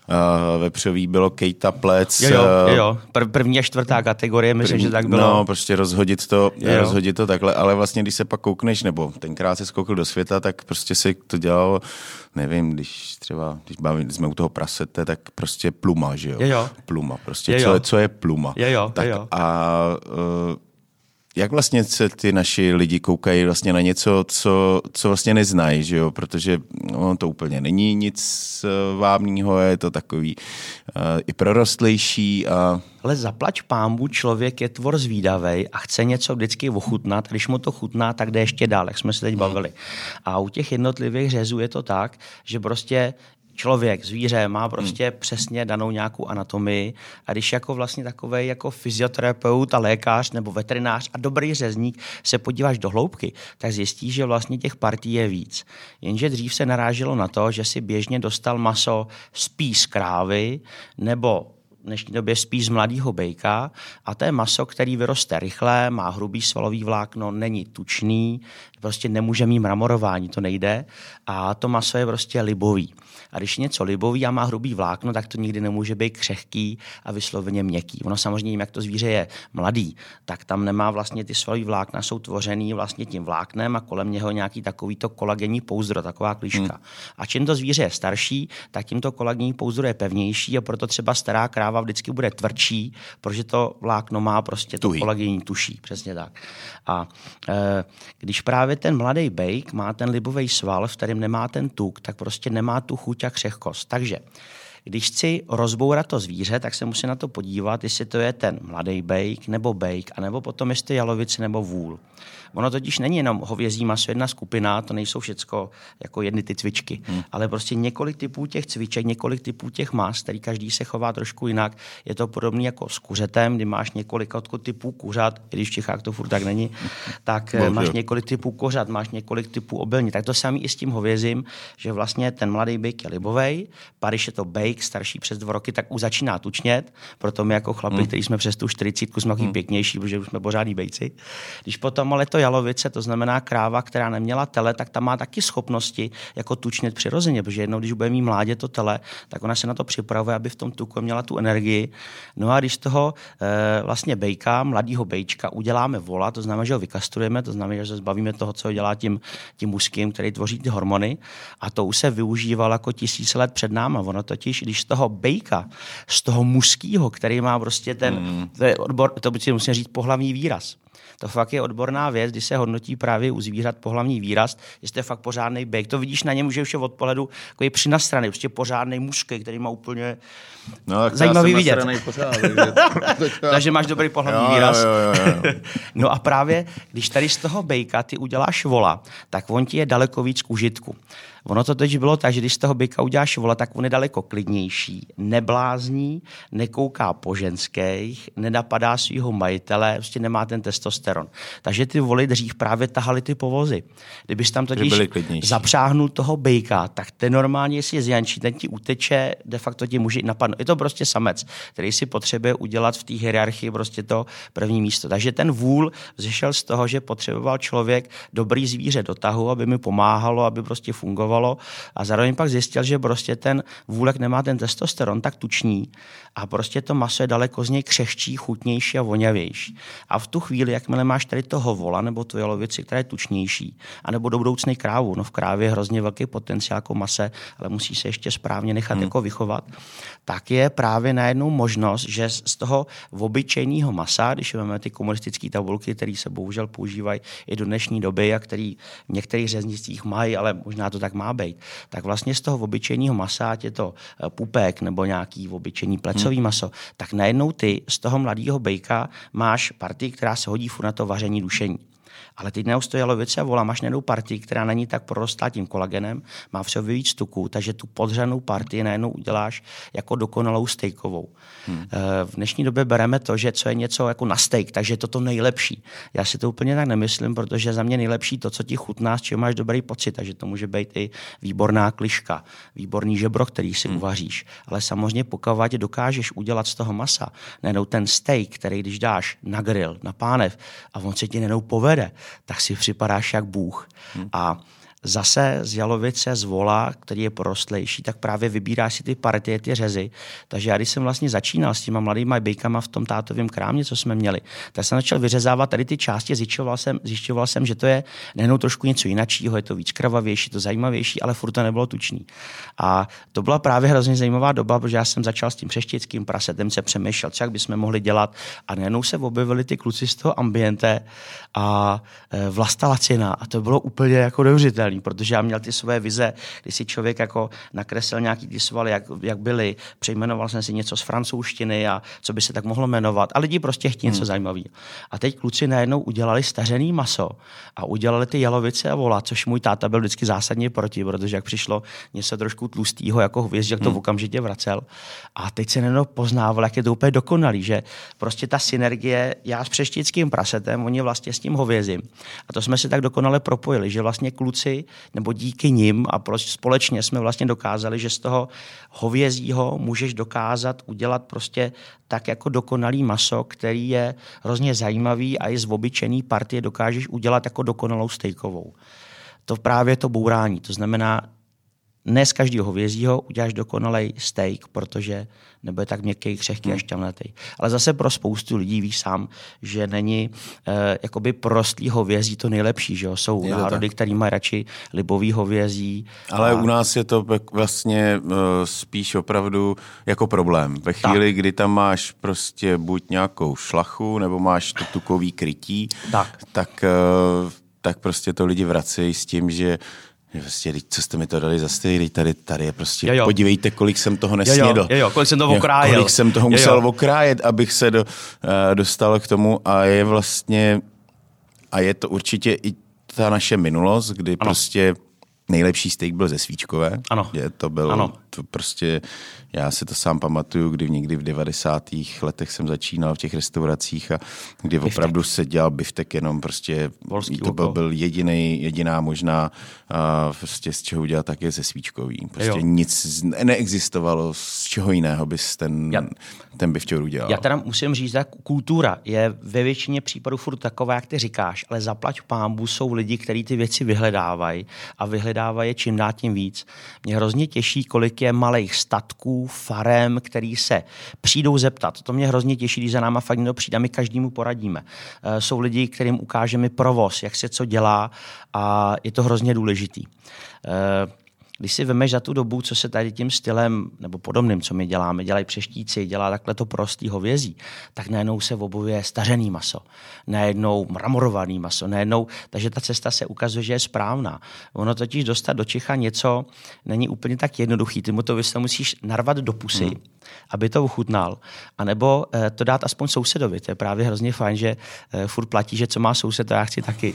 uh, vepřový bylo kejta, plec. Jo, jo, jo. Prv, první a čtvrtá kategorie, myslím, první, že tak bylo. No, prostě rozhodit to, jo. rozhodit to takhle, ale vlastně, když se pak koukneš, nebo tenkrát se skoukl do světa, tak prostě se to dělalo, nevím, když třeba, když bavili jsme u toho prasete, tak prostě pluma, že jo? jo, jo. Pluma, prostě, jo, jo. co, co je pluma. Jo, jo, tak jo. A uh, jak vlastně se ty naši lidi koukají vlastně na něco, co, co vlastně neznají, že jo? Protože no, to úplně není nic vábného, je to takový uh, i prorostlejší a... Ale zaplať pánbu, člověk je tvor zvídavej a chce něco vždycky ochutnat. Když mu to chutná, tak jde ještě dál, jak jsme se teď bavili. A u těch jednotlivých řezů je to tak, že prostě člověk, zvíře má prostě hmm. přesně danou nějakou anatomii a když jako vlastně takovej jako fyzioterapeut a lékař nebo veterinář a dobrý řezník se podíváš do hloubky, tak zjistíš, že vlastně těch partí je víc. Jenže dřív se naráželo na to, že si běžně dostal maso spíš z krávy nebo v dnešní době spíš z mladého bejka a to je maso, který vyroste rychle, má hrubý svalový vlákno, není tučný, prostě nemůže mít mramorování, to nejde a to maso je prostě libový. A když něco libový a má hrubý vlákno, tak to nikdy nemůže být křehký a vysloveně měkký. Ono samozřejmě, jak to zvíře je mladý, tak tam nemá vlastně ty svalový vlákna, jsou tvořený vlastně tím vláknem a kolem něho nějaký takovýto kolagenní pouzdro, taková klíška. Hmm. A čím to zvíře je starší, tak tím to kolagenní pouzdro je pevnější a proto třeba stará kráva vždycky bude tvrdší, protože to vlákno má prostě to kolagenní tuší, přesně tak. A e, když právě ten mladý bejk má ten libový sval, v kterém nemá ten tuk, tak prostě nemá tu chuť a křehkost. Takže když chci rozbourat to zvíře, tak se musím na to podívat, jestli to je ten mladý bejk nebo bejk, anebo potom jestli jalovice nebo vůl. Ono totiž není jenom hovězí maso, jedna skupina, to nejsou všecko jako jedny ty cvičky, hmm. ale prostě několik typů těch cviček, několik typů těch mas, který každý se chová trošku jinak. Je to podobné jako s kuřetem, kdy máš několik typů kuřat, když v Čechách to furt tak není, tak Bože. máš několik typů kuřat, máš několik typů obilní. Tak to samý i s tím hovězím, že vlastně ten mladý bejk je libovej, pak když je to bejk starší přes dva roky, tak už začíná tučnět, proto my jako chlapi, hmm. kteří jsme přes tu čtyřicítku, jsme hmm. pěknější, protože už jsme pořádný bejci. Když potom ale to jalovice, to znamená kráva, která neměla tele, tak ta má taky schopnosti jako tučnět přirozeně, protože jednou, když bude mít mládě to tele, tak ona se na to připravuje, aby v tom tuku měla tu energii. No a když z toho e, vlastně bejka, mladýho bejčka uděláme vola, to znamená, že ho vykastrujeme, to znamená, že se zbavíme toho, co dělá tím, tím muským, který tvoří ty hormony, a to už se využívalo jako tisíce let před náma. Ono totiž, když z toho bejka, z toho muskýho, který má prostě ten, mm. to je odbor, to musím říct pohlavní výraz. To fakt je odborná věc, když se hodnotí právě u zvířat pohlavní výraz, jestli je fakt pořádný bejk. To vidíš na něm, že už je od pohledu jako je přinastraný, prostě pořádný mužský, který má úplně no, zajímavý vidět. Pořád, takže máš dobrý pohlavní jo, výraz. Jo, jo, jo, jo. No a právě, když tady z toho bejka ty uděláš vola, tak on ti je daleko víc k užitku. Ono to teď bylo tak, že když z toho bejka uděláš vola, tak on je daleko klidnější, neblázní, nekouká po ženských, nenapadá svýho majitele, prostě nemá ten testosteron. Takže ty voly dřív právě tahaly ty povozy. Kdybys tam totiž zapřáhnul toho bejka, tak ten normálně si zjančí, ten ti uteče, de facto ti může napadnout. Je to prostě samec, který si potřebuje udělat v té hierarchii prostě to první místo. Takže ten vůl vzešel z toho, že potřeboval člověk dobrý zvíře do tahu, aby mi pomáhalo, aby prostě fungovalo. A zároveň pak zjistil, že prostě ten vůlek nemá ten testosteron tak tučný a prostě to maso je daleko z něj křehčí, chutnější a voňavější. A v tu chvíli, jakmile máš tady toho vola nebo tu jalovici, která je tučnější, anebo do budoucnej krávu, no v krávě je hrozně velký potenciál jako mase, ale musí se ještě správně nechat hmm. jako vychovat, tak je právě najednou možnost, že z toho obyčejného masa, když máme ty komunistické tabulky, které se bohužel používají i do dnešní doby a který v některých řeznicích mají, ale možná to tak má být, tak vlastně z toho obyčejného masa, ať je to pupek nebo nějaký obyčejný plecový hmm. maso, tak najednou ty z toho mladého bejka máš partii, která se hodí furt na to vaření, dušení. Ale teď neustojí jalovice a vola, máš najednou partii, která není tak porostlá tím kolagenem, má v sobě víc tuku, takže tu podřanou partii najednou uděláš jako dokonalou stejkovou. Hmm. V dnešní době bereme to, že co je něco jako na steak, takže je to to nejlepší. Já si to úplně tak nemyslím, protože za mě nejlepší to, co ti chutná, s čím máš dobrý pocit, takže to může být i výborná kliška, výborný žebro, který si hmm. uvaříš. Ale samozřejmě pokud dokážeš udělat z toho masa najednou ten steak, který když dáš na grill, na pánev a on se ti najednou povede, tak si připadáš jak Bůh. Hmm. A zase z jalovice, z vola, který je porostlejší, tak právě vybíráš si ty partie, ty řezy. Takže já, když jsem vlastně začínal s těma mladýma bejkama v tom tátovém krámě, co jsme měli, tak jsem začal vyřezávat tady ty části, zjišťoval jsem, zjišťoval jsem, že to je nejenom trošku něco jináčího, je to víc krvavější, to zajímavější, ale furt to nebylo tučný. A to byla právě hrozně zajímavá doba, protože já jsem začal s tím přeštickým prasetem, se přemýšlel, co jak bychom mohli dělat. A najednou se objevili ty kluci z toho ambiente a e, Vlasta Lacina a to bylo úplně jako neuvěřitelné. Protože já měl ty své vize, kdy si člověk jako nakreslil nějaký ty svaly, jak, jak byly, přejmenoval jsem si něco z francouzštiny a co by se tak mohlo jmenovat. A lidi prostě chtějí něco hmm. zajímavého. A teď kluci najednou udělali stařený maso a udělali ty jalovice a vola, což můj táta byl vždycky zásadně proti, protože jak přišlo něco trošku tlustýho, jako hvězd, jak to hmm. okamžitě vracel. A teď se najednou poznával, jak je to úplně dokonalý, že prostě ta synergie, já s přeštickým prasetem, oni vlastně s tím hovězím. A to jsme se tak dokonale propojili, že vlastně kluci nebo díky nim a společně jsme vlastně dokázali, že z toho hovězího můžeš dokázat udělat prostě tak jako dokonalý maso, který je hrozně zajímavý a i z obyčejný partie dokážeš udělat jako dokonalou stejkovou. To právě to bourání, to znamená, ne z každého hovězího uděláš dokonalej steak, protože nebude tak měkký, křehký hmm. a šťavnatý. Ale zase pro spoustu lidí víš sám, že není eh, jakoby porostlý hovězí to nejlepší. Že jo? Jsou je národy, který mají radši libový hovězí. Ale a... u nás je to vlastně uh, spíš opravdu jako problém. Ve chvíli, tak. kdy tam máš prostě buď nějakou šlachu, nebo máš to tukový krytí, tak, tak, uh, tak prostě to lidi vracejí s tím, že prostě, co jste mi to dali za steak, tady, tady je prostě, jo, jo. podívejte, kolik jsem toho nesnědl. Jo, jo, jo, kolik jsem toho okrájel. Kolik jsem toho musel jo, jo. okrájet, abych se do, uh, dostal k tomu a je vlastně, a je to určitě i ta naše minulost, kdy ano. prostě nejlepší steak byl ze Svíčkové. Ano. Je, to byl ano. To prostě, já si to sám pamatuju, kdy někdy v devadesátých letech jsem začínal v těch restauracích a kdy biftek. Opravdu se dělal biftek jenom prostě, Volský to byl, byl jediný, jediná možná a prostě z čeho udělat také ze Svíčkový. Prostě jo. nic neexistovalo, z čeho jiného bys ten, ja. ten bifťor udělal. Já teda musím říct, že kultura je ve většině případů furt taková, jak ty říkáš, ale zaplať pánbu jsou lidi, kteří ty věci vyhledávají a vyhledávají je čím dál tím víc. Mě hrozně těší, kolik je malých statků, farem, který se přijdou zeptat. To mě hrozně těší, když za náma fakt někdo přijde a my každému poradíme. E, jsou lidi, kterým ukážeme provoz, jak se co dělá a je to hrozně důležitý. E, když si vemeš za tu dobu, co se tady tím stylem, nebo podobným, co my děláme, dělají přeštíci, dělá takhle to prostý hovězí, tak najednou se objevuje stařený maso, najednou mramorovaný maso, najednou, takže ta cesta se ukazuje, že je správná. Ono totiž dostat do Čecha něco není úplně tak jednoduchý. Ty mu to se musíš narvat do pusy, hmm. aby to uchutnal, anebo eh, to dát aspoň sousedovi. To je právě hrozně fajn, že eh, furt platí, že co má soused, to já chci taky.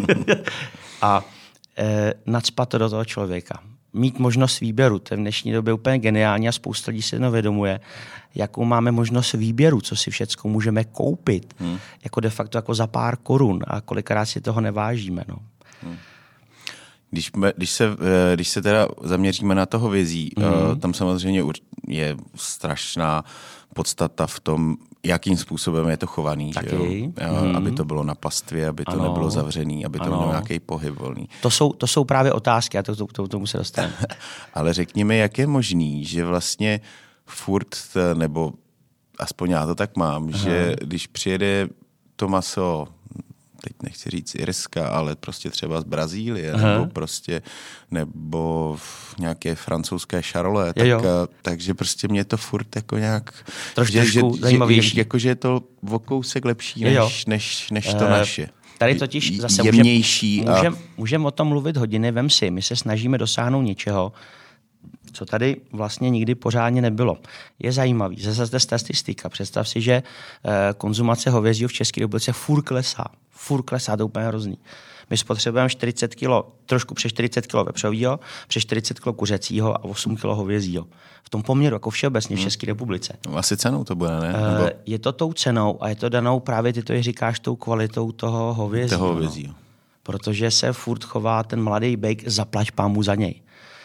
A eh, nacpat to do toho člověka. Mít možnost výběru, to je v dnešní době úplně geniální a spousta lidí se nevědomuje, jakou máme možnost výběru, co si všecko můžeme koupit, hmm. jako de facto jako za pár korun a kolikrát si toho nevážíme. No. Hmm. Když, když, se, když se teda zaměříme na to hovězí, mm. tam samozřejmě je strašná podstata v tom, jakým způsobem je to chovaný. Že jo? Mm. Aby to bylo na pastvě, aby to ano. nebylo zavřený, aby to ano. mělo nějaký pohyb volný. To jsou, to jsou právě otázky a to, to, to, tomu se dostaneme. Ale řekněme, jak je možný, že vlastně furt, nebo aspoň já to tak mám, Aha. že když přijede to maso, teď nechci říct Irska, ale prostě třeba z Brazílie, Aha. nebo prostě, nebo nějaké francouzské šarole, tak, takže prostě mě to furt jako nějak... Trošku že, že, zajímavější. Že, jako, že je to o kousek lepší, než, než, než to uh, naše. Tady totiž zase jemnější. Můžeme můžem, můžem o tom mluvit hodiny, vem si, my se snažíme dosáhnout něčeho, co tady vlastně nikdy pořádně nebylo. Je zajímavý, zase zde statistika. Představ si, že konzumace hovězího v České republice furt klesá. Furt klesá, to je úplně hrozný. My spotřebujeme čtyřicet kilo, trošku přes čtyřicet kilo vepřovýho, přes čtyřicet kilo kuřecího a osm kilo hovězího. V tom poměru, jako všeobecně v České republice. No, asi cenou to bude, ne? Nebo... Je to tou cenou a je to danou právě, ty to i říkáš, tou kvalitou toho hovězího. Toho hovězího. No. Protože se furt chová ten mladý bejk, zaplať pámu za něj.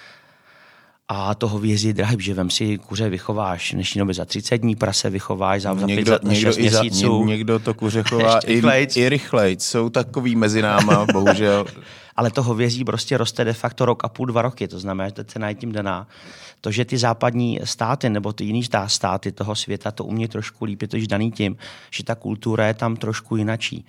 A to hovězí je drahý, že vem si kuře vychováš v dnešní době za třicet dní, prase vychováš za, někdo, za, za šest někdo měsíců. Za, někdo to kuře chová i, i rychlejc. Jsou takový mezi náma, bohužel. Ale to hovězí prostě roste de facto rok a půl, dva roky. To znamená, že ta cena je tím daná. To, že ty západní státy nebo ty jiný státy toho světa to umějí trošku líp, je to již daný tím, že ta kultura je tam trošku jinačí.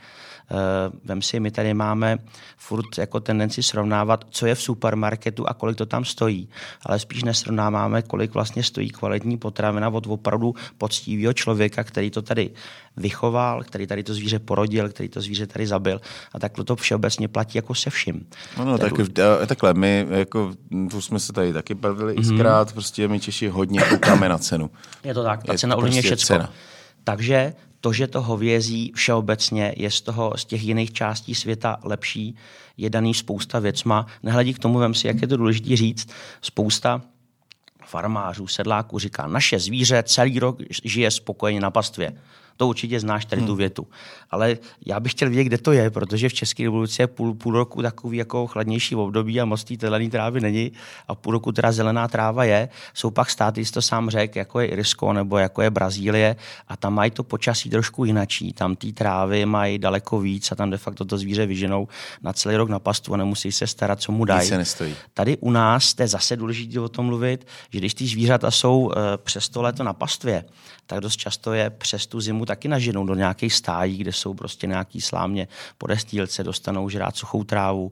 Vem si, my tady máme furt jako tendenci srovnávat, co je v supermarketu a kolik to tam stojí. Ale spíš nesrovnáváme, kolik vlastně stojí kvalitní potravina od opravdu poctivého člověka, který to tady vychoval, který tady to zvíře porodil, který to zvíře tady zabil. A takhle to všeobecně platí jako se vším. No, tak, takhle, my jako, už jsme se tady taky bavili mm-hmm. xkrát, prostě my Češi hodně koukáme na cenu. Je to tak, ta je cena ovlivňuje prostě všecko. Cena. Takže to, že to hovězí všeobecně je z, toho, z těch jiných částí světa lepší, je daný spousta věcma. Nehledí k tomu, vem si, jak je to důležité říct, spousta farmářů, sedláků říká, naše zvíře celý rok žije spokojeně na pastvě. To určitě znáš tady tu větu. Ale já bych chtěl vědět, kde to je, protože v České republice je půl, půl roku takový jako chladnější období a moc té zelené trávy není a půl roku teda zelená tráva je. Jsou pak státy, jsi to sám řekl, jako je Irsko nebo jako je Brazílie a tam mají to počasí trošku jinačí. Tam ty trávy mají daleko víc a tam de facto to zvíře vyženou na celý rok na pastu a nemusí se starat, co mu dají. Tady u nás, to je zase důležité o tom mluvit, že když ty zvířata jsou uh, přes to léto na pastvě, tak dost často je přes tu zimu taky naženou do nějakých stájí, kde jsou prostě nějaký slámě podestýlce, dostanou žrát suchou trávu,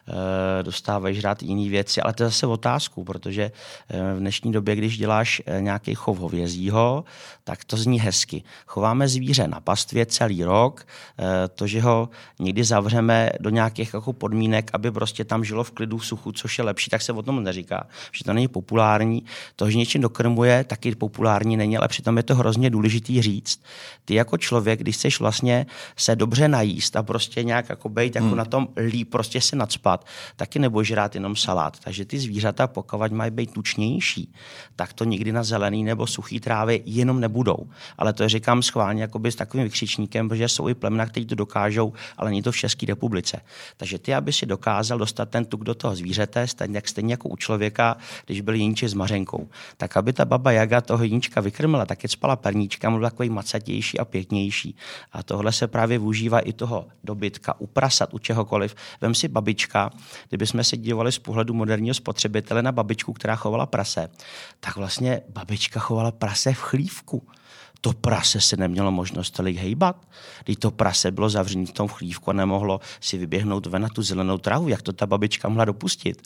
dostávají žrát jiné věci, ale to je zase otázku, protože v dnešní době, když děláš nějaký chov hovězího, tak to zní hezky. Chováme zvíře na pastvě celý rok, to, že ho někdy zavřeme do nějakých jako podmínek, aby prostě tam žilo v klidu, v suchu, což je lepší, tak se o tom neříká, že to není populární. To, že něčím dokrmuje, taky populární není, ale přitom je to hrozně důležitý říct. Ty jako člověk, když chceš vlastně se dobře najíst a prostě nějak jako bejt jako hmm. na tom líp, prostě se nacpat, taky nebudeš žrát jenom salát. Takže ty zvířata, pokud mají být tučnější, tak to nikdy na zelený nebo suchý trávě jenom nebudou. Ale to je říkám schválně jakoby s takovým vykřičníkem, protože jsou i plemena, kteří to dokážou, ale není to v České republice. Takže ty, aby si dokázal dostat ten tuk do toho zvířete, stejně, stejně jako u člověka, když byl jíníček s mařenkou, tak aby ta baba Jaga toho jíníčka vykrmila, tak je spala perníčka, byl takový macatější a pěknější. A tohle se právě využívá i toho dobytka, u prasat, u čehokoliv. Vem si babička, kdybychom se dívali z pohledu moderního spotřebitele na babičku, která chovala prase, tak vlastně babička chovala prase v chlívku. To prase se nemělo možnost tolik hejbat. Když to prase bylo zavřené v tom chlívku a nemohlo si vyběhnout ven na tu zelenou trávu, jak to ta babička mohla dopustit.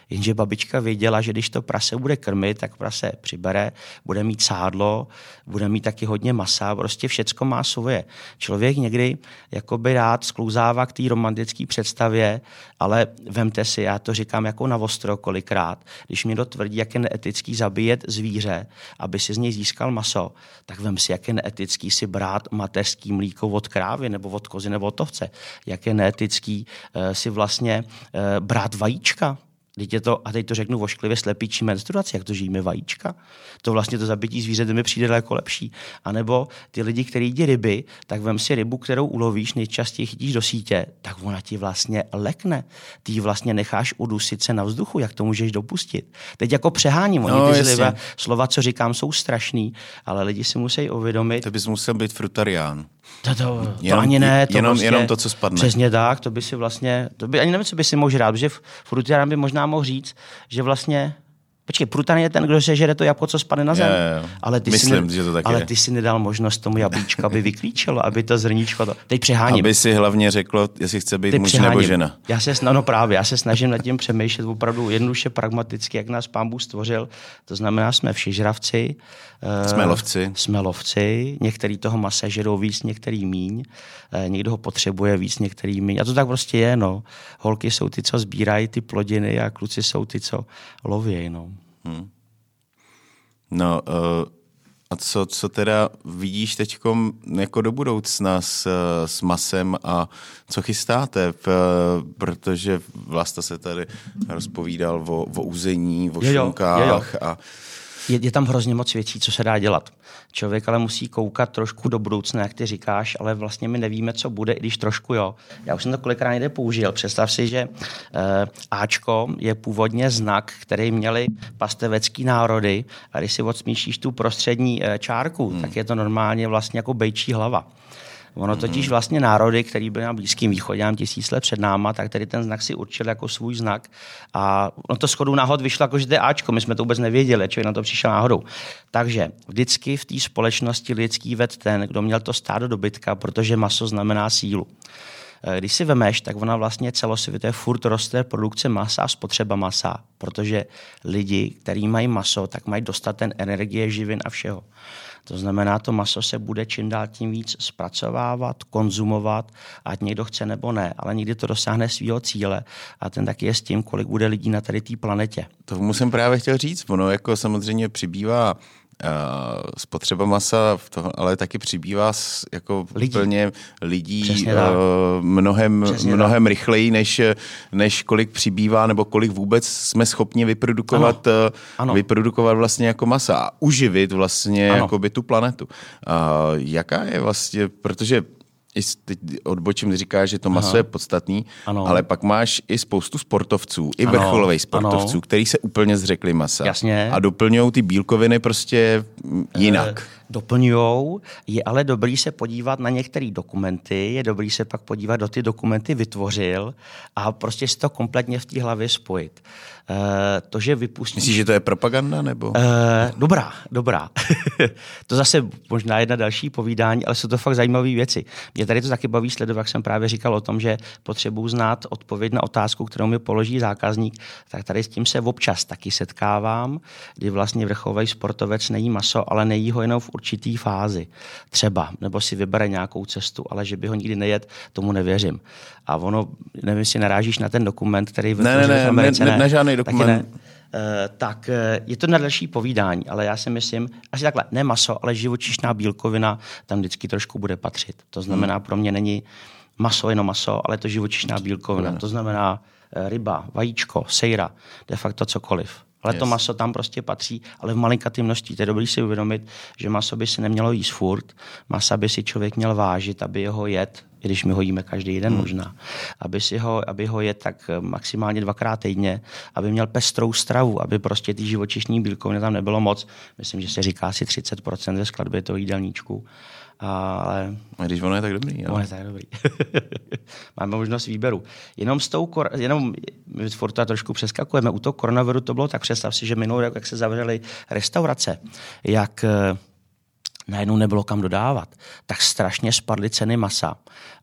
Jenže babička věděla, že když to prase bude krmit, tak prase přibere, bude mít sádlo, bude mít taky hodně masa, prostě všecko má svoje. Člověk někdy jakoby rád sklouzává k té romantické představě, ale vemte si, já to říkám jako na ostro kolikrát, když mě tvrdí, jak je neetický zabíjet zvíře, aby si z něj získal maso, tak vem si, jak je neetický si brát mateřský mlíko od krávy nebo od kozy nebo od ovce. Jak je neetický uh, si vlastně uh, brát vajíčka. Teď je to, a teď to řeknu vošklivě, slepičí menstruaci, jak to žijíme vajíčka. To vlastně to zabití zvířete mi přijde daleko lepší. A nebo ty lidi, kteří jedí ryby, tak vem si rybu, kterou ulovíš, nejčastěji chytíš do sítě, tak ona ti vlastně lekne. Ty ji vlastně necháš udusit se na vzduchu, jak to můžeš dopustit. Teď jako přeháním, oni no, ty zliva, slova, co říkám, jsou strašný, ale lidi si musí uvědomit. To bys musel být frutarián. To, to, to jenom, ani ne. To jenom, prostě, jenom to, co spadne. Přesně tak, to by si vlastně, to by, ani nevím, co by si mohl rád, protože frutarián by možná mohl říct, že vlastně, počkej, prutan je ten, kdo sežere to jabko, co spadne na zem. Je, je. Ale ty Myslím, si, že to tak ale je. ty si nedal možnost tomu jablíčku, aby vyklíčilo, aby to zrníčko, to, teď přeháním. Aby si hlavně řeklo, jestli chce být Teď muž přeháním. nebo žena. Já se, no právě, já se snažím nad tím přemýšlet opravdu jednoduše, pragmaticky, jak nás Pán Bůh stvořil. To znamená, jsme všežravci. Jsme lovci. Jsme lovci. Některý toho masa žerou víc, některý míň. Někdo ho potřebuje víc, některý míň. A to tak prostě je, no. Holky jsou ty, co sbírají ty plodiny a kluci jsou ty, co lovějí, no. Hmm. No, uh, a co, co teda vidíš teďkom jako do budoucna s, s masem a co chystáte? P, protože Vlasta se tady rozpovídal o, o uzení, o jo, šunkách jo, jo. a Je, je tam hrozně moc věcí, co se dá dělat. Člověk ale musí koukat trošku do budoucna, jak ty říkáš, ale vlastně my nevíme, co bude, i když trošku jo. Já už jsem to kolikrát někde použil. Představ si, že e, Ačko je původně znak, který měli pastevecký národy, a když si odsmíšíš tu prostřední e, čárku, hmm. tak je to normálně vlastně jako bejčí hlava. Ono totiž vlastně národy, který byly na Blízkém východě, nám tisíc let před náma, tak tady ten znak si určil jako svůj znak. A ono to shodou náhod vyšlo jako, že to je Ačko, my jsme to vůbec nevěděli, člověk na to přišel náhodou. Takže vždycky v té společnosti lidský ved ten, kdo měl to stádo dobytka, protože maso znamená sílu. Když si vemeš, tak ona vlastně celosvětově furt roste produkce masa a spotřeba masa, protože lidi, kteří mají maso, tak mají dostatek energie, živin a všeho. To znamená, to maso se bude čím dál tím víc zpracovávat, konzumovat, ať někdo chce nebo ne, ale někdy to dosáhne svého cíle a ten taky je s tím, kolik bude lidí na tady té planetě. to musím právě chtěl říct, ono jako samozřejmě přibývá Uh, spotřeba masa, v toho, ale taky přibývá s, jako lidí. plně lidí uh, mnohem, Přesně mnohem rychleji, než, než kolik přibývá, nebo kolik vůbec jsme schopni vyprodukovat, ano. Uh, ano. vyprodukovat vlastně jako masa a uživit vlastně jakoby tu planetu. Uh, jaká je vlastně, protože i teď odbočím, říkáš, že to maso Aha. je podstatný, ano. ale pak máš i spoustu sportovců, i vrcholových sportovců, ano. kteří se úplně zřekli masa. Jasně. A doplňují ty bílkoviny prostě jinak. E, doplňujou, je ale dobrý se podívat na některé dokumenty, je dobrý se pak podívat, do ty dokumenty vytvořil a prostě si to kompletně v té hlavě spojit. E, to, že vypustíš... Myslíš, že to je propaganda, nebo? E, dobrá, dobrá. To zase možná jedna další povídání, ale jsou to fakt zajímavé věci. Mě tady to taky baví sledovat, jak jsem právě říkal o tom, že potřebuji znát odpověď na otázku, kterou mi položí zákazník, tak tady s tím se občas taky setkávám, kdy vlastně vrcholový sportovec nejí maso, ale nejí ho jenom v určitý fázi. Třeba, nebo si vybere nějakou cestu, ale že by ho nikdy nejet, tomu nevěřím. A ono, nevím, jestli narážíš na ten dokument, který ne, ne, v Americe, ne, ne, ne, žádný dokument. Ne. Uh, tak uh, je to na další povídání, ale já si myslím, asi takhle, ne maso, ale živočišná bílkovina tam vždycky trošku bude patřit. To znamená, hmm. pro mě není maso jenom maso, ale to živočišná bílkovina. Hmm. To znamená uh, ryba, vajíčko, sejra, de facto cokoliv. Ale yes. to maso tam prostě patří, ale v malinkatém množství. To je dobrý si uvědomit, že maso by se nemělo jíst furt, masa by si člověk měl vážit, aby jeho jet, i když my ho jíme každý den hmm. možná, aby, si ho, aby ho jet tak maximálně dvakrát týdně, aby měl pestrou stravu, aby prostě ty živočišní bílkoviny tam nebylo moc. Myslím, že se říká asi třicet procent ze skladby toho jídelníčku. Ale... A když ono je tak dobrý. Ono je tak dobrý. Máme možnost výběru. Jenom s tou, kor... jenom my furt to trošku přeskakujeme. U toho koronaviru to bylo tak, představ si, že minulý rok, jak se zavřely restaurace, jak najednou nebylo kam dodávat, tak strašně spadly ceny masa.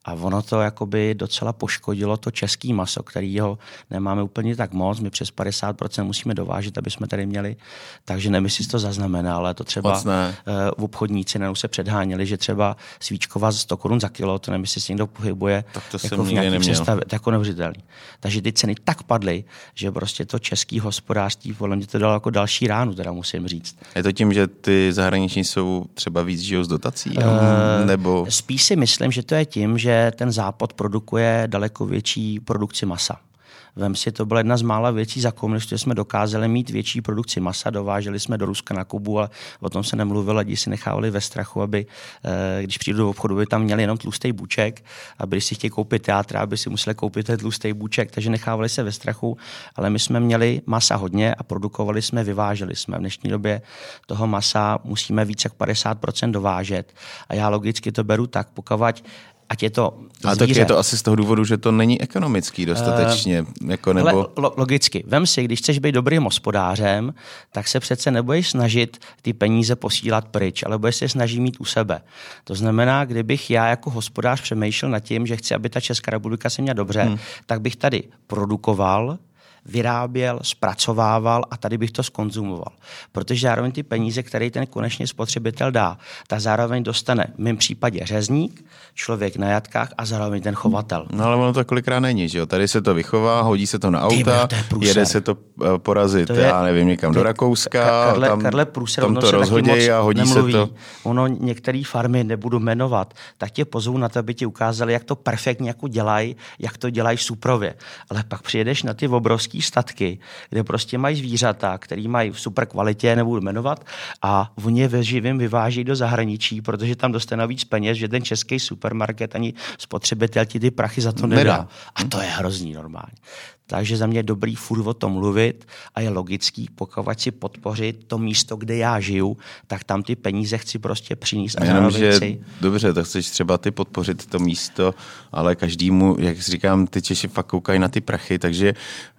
A ono to jakoby docela poškodilo to český maso, kterýho nemáme úplně tak moc. My přes padesát procent musíme dovážet, aby jsme tady měli. Takže nevím, jestli jsi to zaznamenal, ale to třeba uh, obchodníci najednou se předháněli, že třeba svíčková za sto korun za kilo, to nevím, jestli si někdo pohybuje. Tak to jako jsem nikdy neměl. Představě, to jako neuvěřitelný. Takže ty ceny tak padly, že prostě to český hospodářství podle mě to dalo jako další ránu, teda musím říct. Je to tím, že ty zahraniční jsou třeba víc žijou z dotací? Uh, nebo... Spíš si myslím, že to je tím, že ten západ produkuje daleko větší produkci masa. Vem si, to byla jedna z mála věcí za komunistů, že jsme dokázali mít větší produkci masa, dováželi jsme do Ruska na Kubu, ale o tom se nemluvilo, lidi si nechávali ve strachu, aby, když přijdu do obchodu, by tam měli jenom tlustý buček, aby když si chtěli koupit teátr, aby si museli koupit ten tlustý buček, takže nechávali se ve strachu, ale my jsme měli masa hodně a produkovali jsme, vyváželi jsme. V dnešní době toho masa musíme víc jak padesát procent dovážet a já logicky to beru tak, pokud ať je to zvíře. A tak je to asi z toho důvodu, že to není ekonomický dostatečně. Uh, jako nebo... Ale lo, logicky. Vem si, když chceš být dobrým hospodářem, tak se přece nebudeš snažit ty peníze posílat pryč, ale budeš se snažit mít u sebe. To znamená, kdybych já jako hospodář přemýšlel nad tím, že chci, aby ta Česká republika se měla dobře, hmm. tak bych tady produkoval, vyráběl, zpracovával a tady bych to skonzumoval. Protože zároveň ty peníze, které ten konečný spotřebitel dá, tak zároveň dostane v mém případě řezník, člověk na jatkách a zároveň ten chovatel. No ale ono to kolikrát není, že jo? Tady se to vychová, hodí se to na auta, to jede se to porazit, to je, já nevím, někam do Rakouska, Karle, tam, Karle průser, tam to rozhodí a hodí nemluví. se to. Ono některé farmy, nebudu jmenovat, tak tě pozvou na to, aby ti ukázali, jak to perfektně jako dělají, jak to dělají suprově. Ale pak přijedeš na ty obrovský statky, kde prostě mají zvířata, který mají v super kvalitě, nebudu jmenovat, a oni je ve živým vyváží do zahraničí, protože tam dostane víc peněz, že ten český supermarket ani spotřebitel ti ty prachy za to nedá. nedá. A to je hrozný normálně. Takže za mě je dobrý furt o tom mluvit a je logický, pokud si podpořit to místo, kde já žiju, tak tam ty peníze chci prostě přinést. A jenom, že si... dobře, tak chceš třeba ty podpořit to místo, ale každému, jak říkám, ty Češi fakt koukají na ty prachy, takže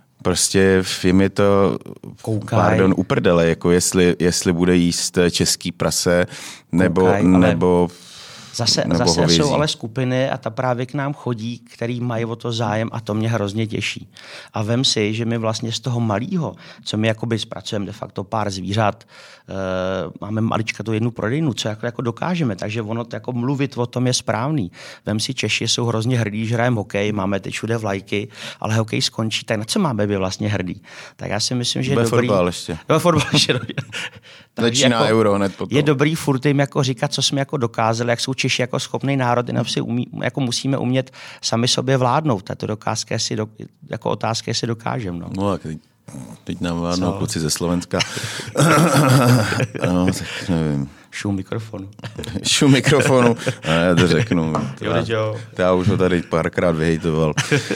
prostě jim je to Koukaj. pardon, uprdele, jako jestli, jestli bude jíst český prase nebo, Koukaj, nebo Zase, zase jsou ale skupiny a ta právě k nám chodí, který mají o to zájem a to mě hrozně těší. A vem si, že my vlastně z toho malého, co my jakoby zpracujeme de facto pár zvířat, e, máme maličkatou jednu prodejnu, co jako, jako dokážeme, takže ono to jako mluvit o tom je správný. Vem si, Češi jsou hrozně hrdí, že hrajeme hokej, máme teď všude vlajky, ale hokej skončí, tak na co máme být vlastně hrdí? Tak já si myslím, že je dobrý... Fotbal ještě. Jo, fotbal ještě. Začíná jako, euro hned potom. Je dobrý furt jim jako říkat, co jsme jako dokázali, jak jsou Češi jako schopný národ, jenom si umí, jako musíme umět sami sobě vládnout. Tato dokázka si do, jako otázka, jestli dokážeme. No. No, teď, teď nám vládnou kluci ze Slovenska. No, tak nevím. Šum mikrofonu. Šum mikrofonu. A já to řeknu. Jo, jo. Já už ho tady párkrát vyhejtoval.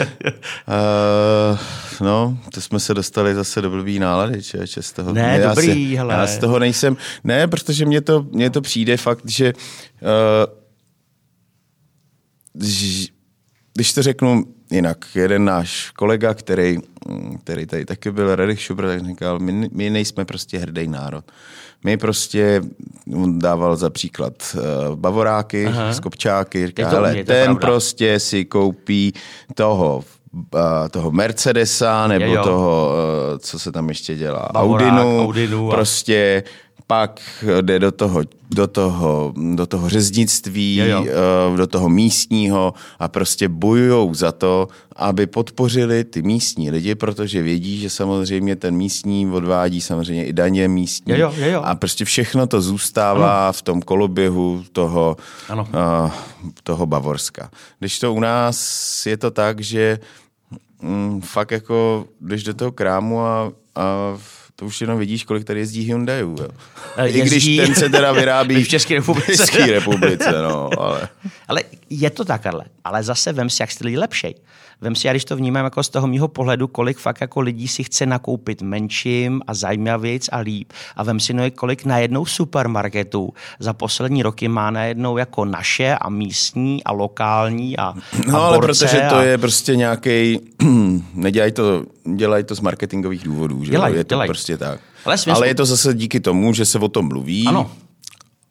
uh, no, to jsme se dostali zase do blbý nálady, če, z toho. Ne, já dobrý, si, hele. Já z toho nejsem, ne, protože mně to, mně to přijde fakt, že uh, když to řeknu jinak, jeden náš kolega, který, který tady taky byl, Radek Šubr, tak říkal, my, my nejsme prostě hrdý národ. My prostě, on dával za příklad uh, Bavoráky, Aha. Skopčáky, říká, to, ale ten prostě si koupí toho, uh, toho Mercedesa, nebo je, toho, uh, co se tam ještě dělá, Bavorák, Audinu, Audinu a... prostě pak jde do toho, do toho, do toho řeznictví, je, do toho místního a prostě bojujou za to, aby podpořili ty místní lidi, protože vědí, že samozřejmě ten místní odvádí samozřejmě i daně místní. Je, jo, je, jo. A prostě všechno to zůstává ano. v tom koloběhu toho, ano. uh, toho Bavorska. Když to u nás je to tak, že mm, fakt jako jdeš do toho krámu a, a to už jenom vidíš, kolik tady jezdí Hyundaiů. Jo. Jezdí... I když ten se teda vyrábí v České republice. V České republice, no. Ale... ale je to tak, Karle. Ale zase vem si, jak jsi lepšej. Vem si, já když to vnímám jako z toho mýho pohledu, kolik fakt jako lidí si chce nakoupit menším a zajímavějc a líp. A vem si, no, kolik najednou supermarketů za poslední roky má najednou jako naše a místní a lokální a, no, a ale borce. protože to a... je prostě nějaký, nedělají to, dělají to z marketingových důvodů, že dělaj, je to dělaj. prostě tak. Ale, ale je to zase díky tomu, že se o tom mluví. Ano.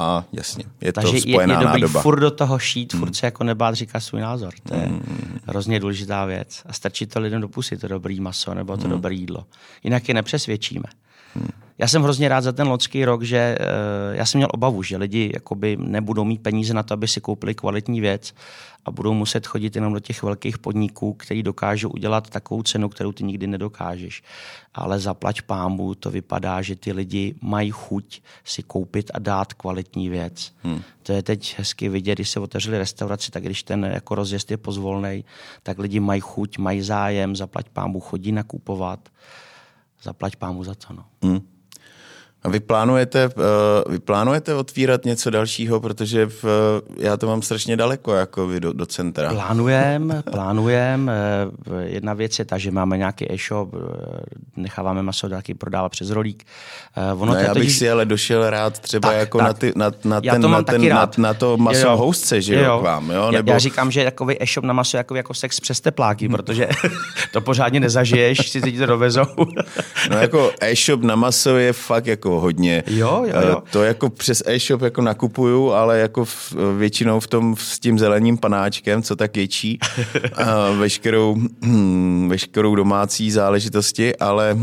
A jasně, je Takže to spojená je, je dobrý nádoba. furt do toho šít, furt se jako nebát říkat svůj názor. To je mm. hrozně důležitá věc. A strčit to lidem do pusy, to dobrý maso nebo to mm. dobré jídlo. Jinak je nepřesvědčíme. Mm. Já jsem hrozně rád za ten loňský rok, že uh, já jsem měl obavu, že lidi jakoby nebudou mít peníze na to, aby si koupili kvalitní věc a budou muset chodit jenom do těch velkých podniků, který dokážou udělat takovou cenu, kterou ty nikdy nedokážeš. Ale zaplať pánbůh, to vypadá, že ty lidi mají chuť si koupit a dát kvalitní věc. Hmm. To je teď hezky vidět, když se otevřeli restauraci, tak když ten jako rozjezd je pozvolnej, tak lidi mají chuť, mají zájem, zaplať pánbůh, chodí nakupovat. Zaplať pánbůh za to. No. Hmm. A vy plánujete, vy plánujete otvírat něco dalšího, protože v, já to mám strašně daleko jako vy do, do centra. Plánujem, plánujem. Jedna věc je ta, že máme nějaký e-shop, necháváme maso taky prodávat přes rolík. Ono no já bych si ale došel rád třeba tak, jako tak. na, ty, na, na, ten, to na, ten, na, na to maso jo, v housce, že jo, k vám. Jo? Nebo... Já, já říkám, že takový e-shop na maso je jako, jako sex přes tepláky, protože to pořádně nezažiješ, si teď to dovezou. No jako e-shop na maso je fakt jako hodně. Jo, jo, jo. To jako přes e-shop jako nakupuju, ale jako v, většinou v tom s tím zeleným panáčkem, co tak ječí, veškerou, veškerou domácí záležitosti, ale,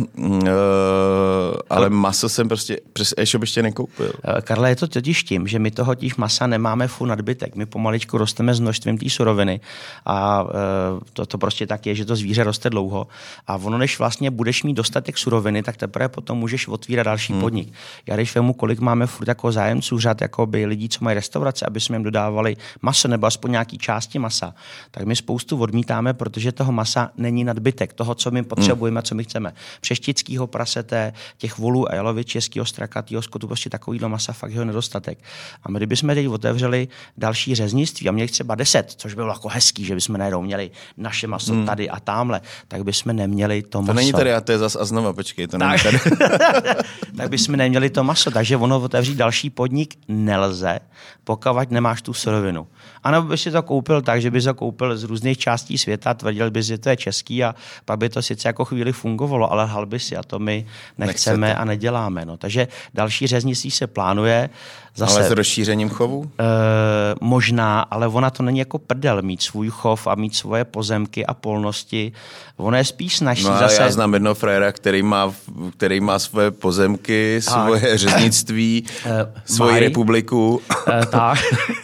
ale maso jsem prostě přes e-shop ještě nekoupil. Karle, je to totiž tím, že my toho tíž masa nemáme furt nadbytek. My pomaličku rosteme s množstvím té suroviny a to, to prostě tak je, že to zvíře roste dlouho a ono, než vlastně budeš mít dostatek suroviny, tak teprve potom můžeš otvírat další hmm. podnik. Já když vemu, kolik máme furt jako zájemců řad jakoby lidí, co mají restaurace, aby jsme jim dodávali maso nebo aspoň nějaký části masa, tak my spoustu odmítáme, protože toho masa není nadbytek, toho, co my potřebujeme, hmm. co my chceme. Přeštickýho prasete, těch volů a jalovic, českého strakatýho skotu, prostě takovýhle masa, fakt jeho nedostatek. A my kdybychom teď otevřeli další řeznictví a měli třeba deset, což bylo jako hezký, že bychom najednou měli naše maso hmm. tady a tamhle, tak bychom neměli to, to maso. To není tady, a to je zas a znova, počkej, to není tady. Tak bychom neměli to maso, takže ono otevřít další podnik nelze, pokud nemáš tu surovinu. A nebo bys si to koupil tak, že bys to koupil z různých částí světa, tvrdil bys, že to je český a pak by to sice jako chvíli fungovalo, ale lhal by si a to my nechceme Nechcete. a neděláme. No. Takže další řeznictví se plánuje. Zase, ale s rozšířením chovu? E, možná, ale ona to není jako prdel mít svůj chov a mít svoje pozemky a polnosti. Ono je spíš snaží no, zase... Já znám jednoho frajera, který má, který má svoje pozemky, a... svoje řeznictví, e, svoji maj. republiku. E, tak.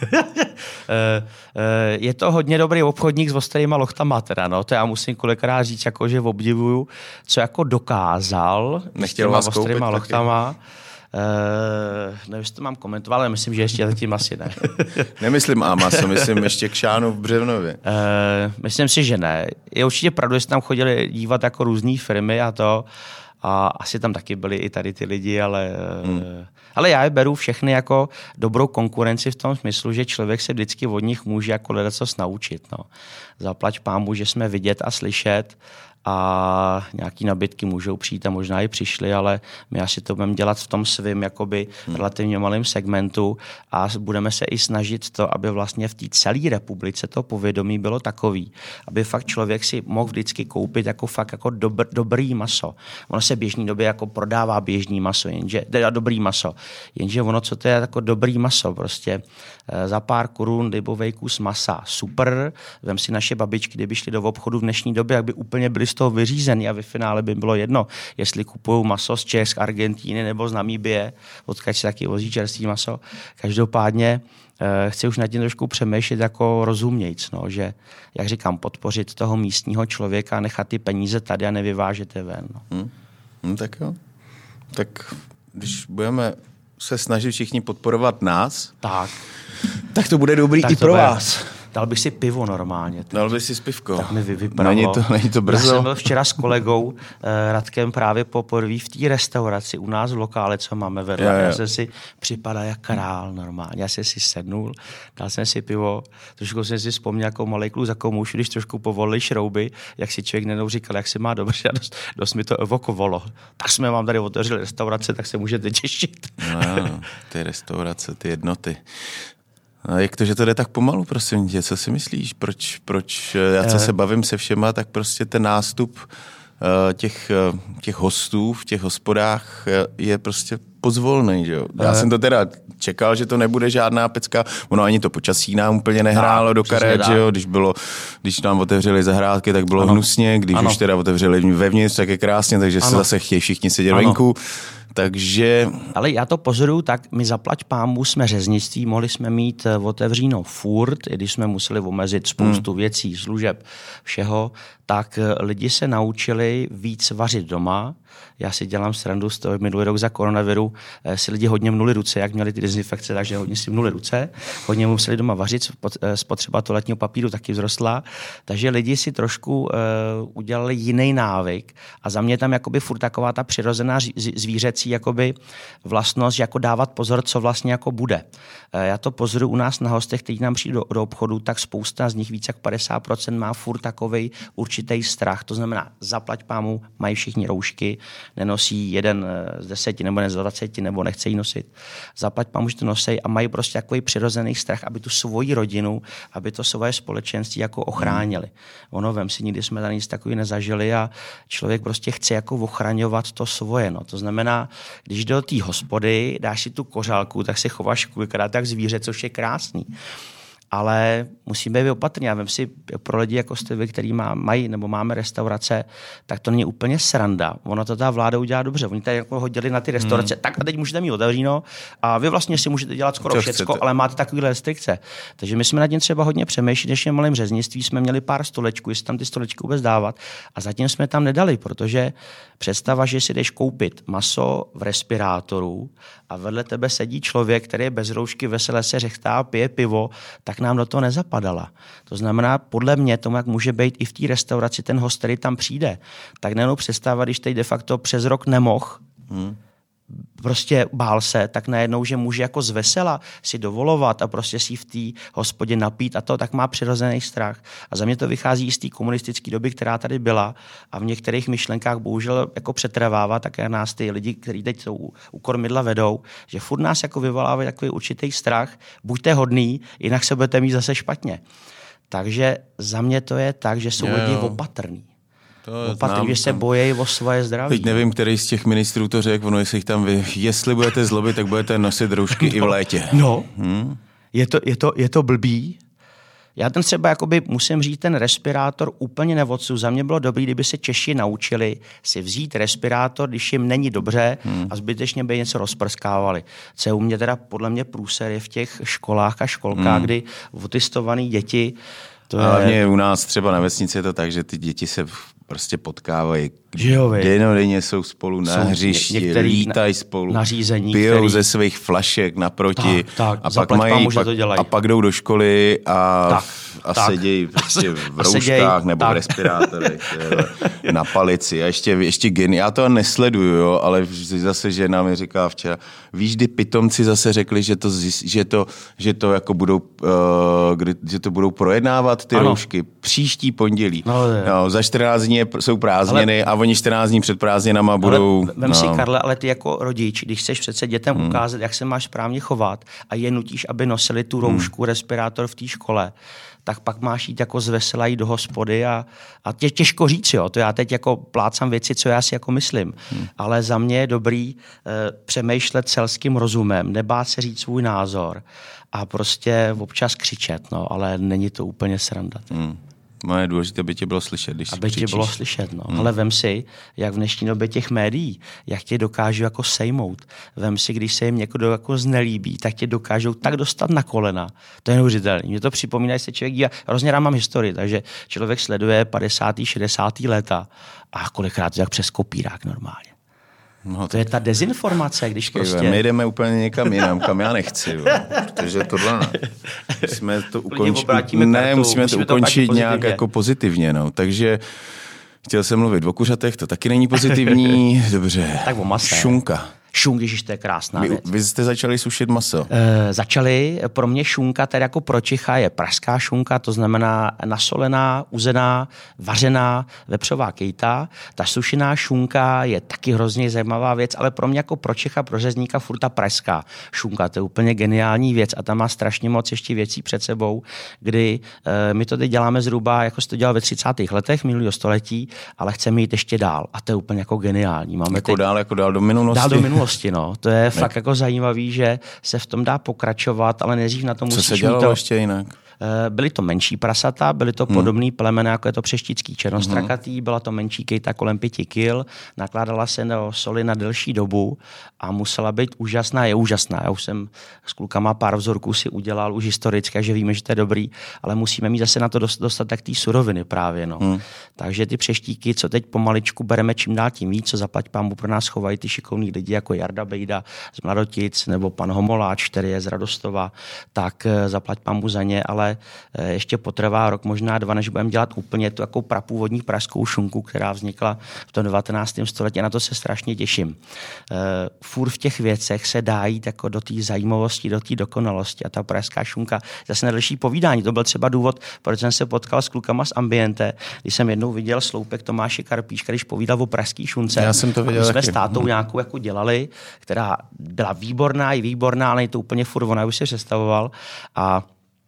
Je to hodně dobrý obchodník s ostrýma lochtama, teda, no. To já musím kolikrát říct, jako, že obdivuju, co jako dokázal s těma ostrýma lochtama. Uh, nevím, jestli to mám komentovat, ale myslím, že ještě zatím asi ne. Nemyslím a maso, myslím ještě k Šánu v Břevnově. Uh, myslím si, že ne. Je určitě pravda, že tam chodili dívat jako různý firmy a to. A asi tam taky byli i tady ty lidi, ale, hmm. ale já je beru všechny jako dobrou konkurenci v tom smyslu, že člověk se vždycky od nich může jako ledacos naučit. No. Zaplať pánbůh, že jsme vidět a slyšet a nějaký nabídky můžou přijít a možná i přišly, ale my asi to budeme dělat v tom svým jakoby hmm. relativně malém segmentu a budeme se i snažit to, aby vlastně v té celé republice to povědomí bylo takový, aby fakt člověk si mohl vždycky koupit jako fakt jako dobr, dobrý maso. Ono se v běžné době jako prodává běžný maso, jenže, teda dobrý maso, jenže ono, co to je jako dobrý maso, prostě za pár korun dybovej kus masa, super, vem si naše babičky, kdyby šli do obchodu v dnešní době, jak by úplně byli z toho vyřízený a ve finále by bylo jedno, jestli kupují maso z Čech, z Argentíny nebo z Namíbie, odkud se taky vozí čerstvý maso. Každopádně eh, chci už nad tím trošku přemýšlet jako rozumějc, no, že, jak říkám, podpořit toho místního člověka a nechat ty peníze tady a nevyvážet je ven. No. Hmm. Hmm, tak jo. Tak když budeme se snažit všichni podporovat nás, tak, tak to bude dobrý tak i pro bude. vás. Dal bych si pivo normálně. Teď. Dal bych si pivko. Tak mi vypadalo. Není to, není to brzo. Já jsem byl včera s kolegou eh, Radkem právě poprvé v té restauraci u nás v lokále, co máme vedle. Já, já jsem si připadal jak král normálně. Já jsem si sednul, dal jsem si pivo, trošku jsem si vzpomněl jako malej kluk za komoušu, když trošku povolili šrouby, jak si člověk nenou říkal, jak si má dobře a dost, dost mi to evokovalo. Tak jsme vám tady otevřeli restaurace, tak se můžete těšit. No, ty restaurace, ty jednoty. A jak to, že to jde tak pomalu, prosím tě, co si myslíš? Proč, proč já co se bavím se všema, tak prostě ten nástup těch, těch hostů v těch hospodách je prostě pozvolný, že jo. Já jsem to teda čekal, že to nebude žádná pecka, ono ani to počasí nám úplně nehrálo do karet, že jo, když bylo, když nám otevřeli zahrádky, tak bylo ano. hnusně, když ano. už teda otevřeli vevnitř, tak je krásně, takže ano. se zase chtějí všichni sedět ano. venku. Takže... Ale já to pozoruju tak, my zaplať pámu jsme řeznictví, mohli jsme mít otevříno furt, i když jsme museli omezit spoustu hmm. věcí, služeb, všeho, tak lidi se naučili víc vařit doma. Já si dělám srandu z toho, minulý rok za koronaviru si lidi hodně mnuli ruce, jak měli ty dezinfekce, takže hodně si mnuli ruce, hodně museli doma vařit, spotřeba toaletního papíru taky vzrostla, takže lidi si trošku uh, udělali jiný návyk a za mě tam jakoby furt taková ta přirozená zvířecí jakoby vlastnost, jako dávat pozor, co vlastně jako bude. Uh, já to pozoruju u nás na hostech, kteří nám přijde do, do obchodu, tak spousta z nich, víc jak padesát procent má furt takovej určitý strach, to znamená zaplať pámu, mají všichni roušky, nenosí jeden z deseti nebo ne z dvaceti nebo nechce jí nosit. Zaplať pámu, že to nosí a mají prostě takový přirozený strach, aby tu svoji rodinu, aby to svoje společenství jako ochránili. Ono, vem si, nikdy jsme tady nic takový nezažili a člověk prostě chce jako ochraňovat to svoje. No. To znamená, když do té hospody dáš si tu kořálku, tak si chováš kolikrát tak zvíře, což je krásný. Ale musíme být opatrní. Já vím si pro lidi, jako jste vy, který má, mají nebo máme restaurace, tak to není úplně sranda. Ono to ta vláda udělá dobře. Oni tady jako hodili na ty restaurace, hmm. tak a teď můžete mít otevříno a vy vlastně si můžete dělat skoro všecko, ale máte takovýhle restrikce. Takže my jsme nad tím třeba hodně přemýšleli, když v malém řeznictví jsme měli pár stolečků, jestli tam ty stolečky vůbec dávat a zatím jsme tam nedali, protože představa, že si jdeš koupit maso v respirátoru a vedle tebe sedí člověk, který je bez roušky, veselé se řechtá, pije pivo, tak nám do toho nezapadala. To znamená, podle mě tomu, jak může být i v té restauraci ten host, který tam přijde, tak nejenom představa, když teď de facto přes rok nemohl, hmm. prostě bál se, tak najednou, že může jako zvesela si dovolovat a prostě si v té hospodě napít a to, tak má přirozený strach. A za mě to vychází z té komunistické doby, která tady byla a v některých myšlenkách bohužel jako přetrvává, tak nás ty lidi, kteří teď jsou u kormidla vedou, že furt nás jako vyvolávají takový určitý strach, buďte hodný, jinak se budete mít zase špatně. Takže za mě to je tak, že jsou jo. lidi opatrní. Opatrně, že se bojí o svoje zdraví. Teď nevím, který z těch ministrů to řekl, ono jestli tam vy, jestli budete zlobit, tak budete nosit roušky no, i v létě. No, hmm? je, to, je, to, je to blbý. Já ten třeba jakoby, musím říct, ten respirátor úplně nevodcu. Za mě bylo dobrý, kdyby se Češi naučili si vzít respirátor, když jim není dobře hmm. a zbytečně by něco rozprskávali. Co je u mě teda podle mě průser je v těch školách a školkách, hmm. kdy otestovaný děti. To je... Hlavně u nás třeba na vesnici je to tak, že ty děti se prostě potkávají. Denodenně jsou spolu na jsou hřišti, lítají spolu, pijou který... ze svých flašek naproti tak, tak, a, pak mají, pak, a pak jdou do školy a, tak, a tak. sedějí prostě v rouškách nebo tak. v respirátorech na palici. A ještě, ještě gen. Já to nesleduju, jo, ale zase žena mi říká včera, víš, kdy pitomci zase řekli, že to, že to, že to jako budou, uh, kdy, že to budou projednávat ty ano. roušky příští pondělí. No, no, za čtrnáct dní jsou prázdniny ale... a oni čtrnáct dní před prázdninama budou... Ale, vem no. si, Karle, ale ty jako rodič, když chceš přece dětem hmm. ukázat, jak se máš správně chovat a je nutíš, aby nosili tu roušku, hmm. respirátor v té škole, tak pak máš jít jako zvesela jít do hospody a, a tě, těžko říct, jo. To já teď jako plácám věci, co já si jako myslím. Hmm. Ale za mě je dobrý e, přemýšlet selským rozumem, nebát se říct svůj názor a prostě občas křičet, no, ale není to úplně sranda. Hmm. No je důležité, aby tě bylo slyšet, když aby tě bylo slyšet, no. Hmm. Ale vem si, jak v dnešní době těch médií, jak tě dokážou jako sejmout. Vem si, když se jim někdo jako znelíbí, tak tě dokážou tak dostat na kolena. To je neuvěřitelné. Mně to připomíná, že se člověk dívá. Hrozně rád mám historii, takže člověk sleduje padesátá šedesátá léta a kolikrát to jak přes kopírák normálně. No, to je ta dezinformace, když prostě... My jdeme úplně někam jinam, kam já nechci, jo. Protože tohle ne. Musíme to ukončit, ne, musíme musíme to ukončit to nějak jako pozitivně, no. Takže chtěl jsem mluvit o kuřatech, to taky není pozitivní. Dobře. Tak o mase. Šunka. Šunk, ježiš, to je krásná vy, věc. Vy jste začali sušit maso. E, začali, pro mě šunka, tedy jako pro Čecha, je pražská šunka, to znamená nasolená, uzená, vařená vepřová kejta. Ta sušená šunka je taky hrozně zajímavá věc, ale pro mě jako pro Čecha, pro řezníka furt ta pražská šunka, to je úplně geniální věc a tam má strašně moc ještě věcí před sebou, kdy e, my to teď děláme zhruba, jako se to dělal ve třicátých letech minulého století, ale chceme jít ještě dál a to je úplně jako geniální. Máme jako teď, dál, jako dál do minulosti? Dál do minulosti, no. To je ne. fakt jako zajímavý, že se v tom dá pokračovat, ale nejdřív na to musíš... Co se dělalo to... ještě jinak? Byly to menší prasata, byly to hmm. podobný plemena, jako je to přeštický černostrakatý, hmm. byla to menší kejta kolem pěti kil, nakládala se do soli na delší dobu a musela být úžasná, je úžasná. Já už jsem s klukama pár vzorků si udělal už historicky, že víme, že to je dobrý, ale musíme mít zase na to dostat tak té suroviny právě. No. Hmm. Takže ty přeštíky, co teď pomaličku bereme čím dál tím víc, co zaplať pánbu pro nás chovají ty šikovní lidi, jako Jarda Bejda z Mladotic nebo pan Homoláč, který je z Radostova, tak zaplať pánbu za ně, ale ještě potrvá rok, možná dva, než budeme dělat úplně tu jako prapůvodní pražskou šunku, která vznikla v tom devatenáctém století. Na to se strašně těším. E, furt v těch věcech se dá jít jako do té zajímavosti, do té dokonalosti a ta pražská šunka zase na další povídání. To byl třeba důvod, proč jsem se potkal s klukama z Ambiente, když jsem jednou viděl sloupek Tomáše Karpíška, když povídal o pražské šunce. Já jsem to viděl. My jsme taky. s tátou nějakou jako dělali, která byla výborná i výborná, ale je to úplně furt, ona už se představoval a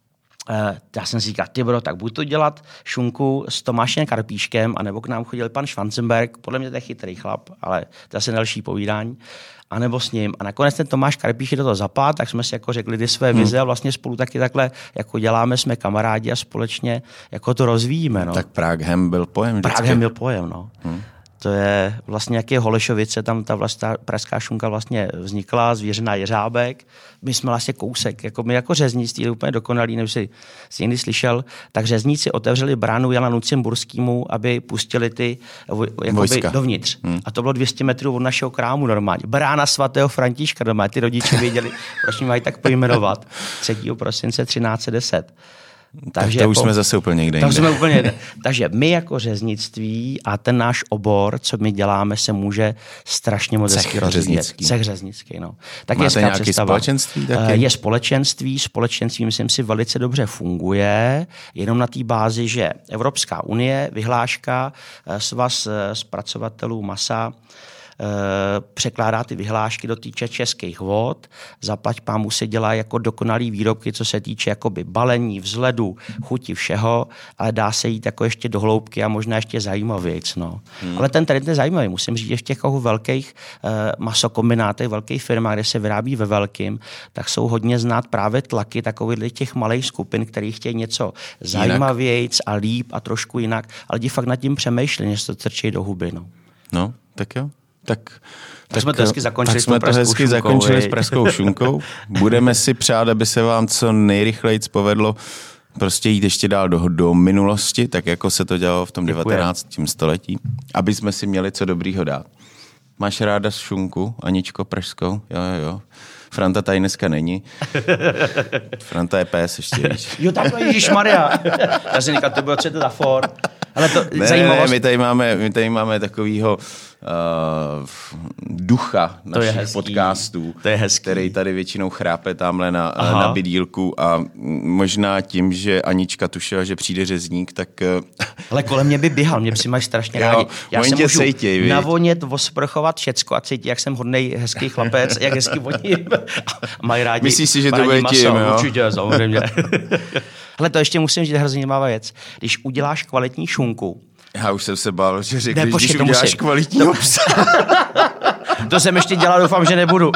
já jsem si říkal, ty bro, tak buď to dělat šunku s Tomášem Karpíškem, anebo k nám chodil pan Schwanzenberg, podle mě to je chytrý chlap, ale to je asi další povídání, anebo s ním. A nakonec ten Tomáš Karpíšek do toho zapad, tak jsme si jako řekli ty své vize hmm. a vlastně spolu taky takhle jako děláme, jsme kamarádi a společně jako to rozvíjíme. No. Tak Prague byl pojem vždycky. Prague byl pojem, no. Hmm. To je vlastně nějaké Holešovice, tam ta vlastně, pražská šunka vlastně vznikla, zvěřená jeřábek. My jsme vlastně kousek, jako my jako řeznictví, je úplně dokonalý, nevím, si, si někdy slyšel, tak řezníci otevřeli bránu Jana Lucemburskému, aby pustili ty jakoby dovnitř. Hmm. A to bylo dvě stě metrů od našeho krámu normálně. Brána svatého Františka doma, ty rodiče věděli, proč mě mají tak pojmenovat. třetího prosince třináct set deset. Takže tak to už po... jsme zase úplně někde jinde. Jsme úplně jinde. Takže my jako řeznictví a ten náš obor, co my děláme, se může strašně moc hezky rozvíjet. Cech řeznický. No. Tak máte nějaké představa. Společenství? Taky? Je společenství. Společenství, myslím si, velice dobře funguje. Jenom na té bázi, že Evropská unie, vyhláška, svaz zpracovatelů masa, překládá ty vyhlášky do týče českých vod, zaplať pámu se dělá jako dokonalý výrobky, co se týče jakoby balení, vzhledu, chuti, všeho, ale dá se jít jako ještě do hloubky a možná ještě zajímavějc. No. Hmm. Ale ten trend je zajímavý, musím říct, že v těch jako velkých uh, masokombinátech, velkých firmách, kde se vyrábí ve velkým, tak jsou hodně znát právě tlaky takových těch malých skupin, který chtějí něco zajímavějc a líp a trošku jinak, ale lidi fakt nad tím přemýšlí, že se to trčí do huby. No, no tak jo. Tak, tak, tak jsme to hezky zakončili, tak jsme to hezky šunkou, zakončili s pražskou šunkou. Budeme si přát, aby se vám co nejrychleji povedlo prostě jít ještě dál do, do minulosti, tak jako se to dělalo v tom devatenáctém století, aby jsme si měli co dobrýho dát. Máš ráda šunku, Aničko, pražskou? Jo, jo, jo. Franta tady dneska není. Franta je pés ještě, víš. Jo, takhle, ježišmarja. Já jsem říkal, to bylo co to za for. Ale to ne, zajímavost... ne, my tady máme, my tady máme takovýho uh, ducha našich hezký. podcastů, to je hezký. Který tady většinou chrápe tamhle na, na bydýlku a možná tím, že Anička tušila, že přijde řezník, tak... Ale kolem mě by běhal, mě si mají strašně rádi. Já se můžu sejtěj, navonět, osprchovat všecko a cítit, jak jsem hodnej, hezký chlapec, jak hezky voním. Mají rádi. Myslíš si, že to bude tím, jo? Určitě, samozřejmě. Ale to ještě musím říct, hrozně zajímavá věc. Když uděláš kvalitní šunku... Já už jsem se bál, že řekneš, ne, když uděláš musím. kvalitního psa. To jsem ještě dělal, doufám, že nebudu.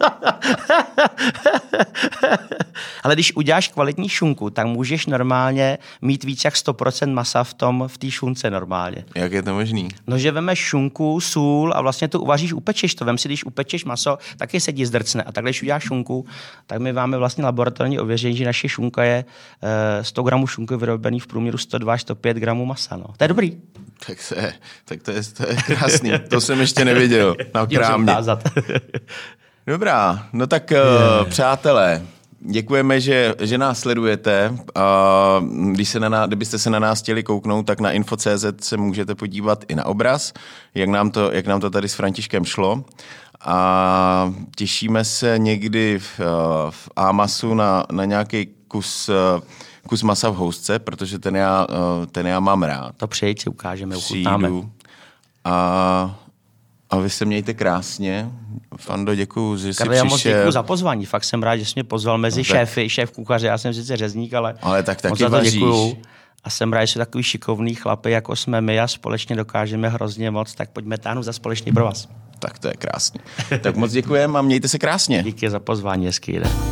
Ale když uděláš kvalitní šunku, tak můžeš normálně mít víc jak sto procent masa v tom, v té šunce normálně. Jak je to možný? No, že vemeš šunku, sůl a vlastně to uvaříš, upečeš to. Vem si, když upečeš maso, taky se ti zdrcne. A takhle, když uděláš šunku, tak my máme vlastně laboratorní ověření, že naše šunka je uh, sto gramů šunky vyrobený v průměru sto dva až sto pět gramů masa. No. To je dobrý. Tak, se, tak to, je, to je krásný. To jsem ještě neviděl na krámě. Dobrá, no tak yeah. uh, přátelé, děkujeme, že, že nás sledujete. Uh, když se na nás, kdybyste se na nás chtěli kouknout, tak na info tečka cé zet se můžete podívat i na obraz, jak nám to, jak nám to tady s Františkem šlo. a těšíme se někdy v, v Ámasu na, na nějaký kus, kus masa v housce, protože ten já, ten já mám rád. To přijď si ukážeme, uchutnáme. A, a vy se mějte krásně. Fando, děkuju, že jsi Karle, já moc přišel. děkuju za pozvání. Fakt jsem rád, že jsi mě pozval mezi no, šéfy, šéf kuchaře. Já jsem sice řezník, ale, ale tak taky moc za to vaříš. Děkuju. A jsem rád, že jsou takový šikovný chlapy, jako jsme my a společně dokážeme hrozně moc, tak pojďme táhnout za společný pro vás. Tak to je krásný. Tak moc děkujeme a mějte se krásně. Díky za pozvání, hezký den.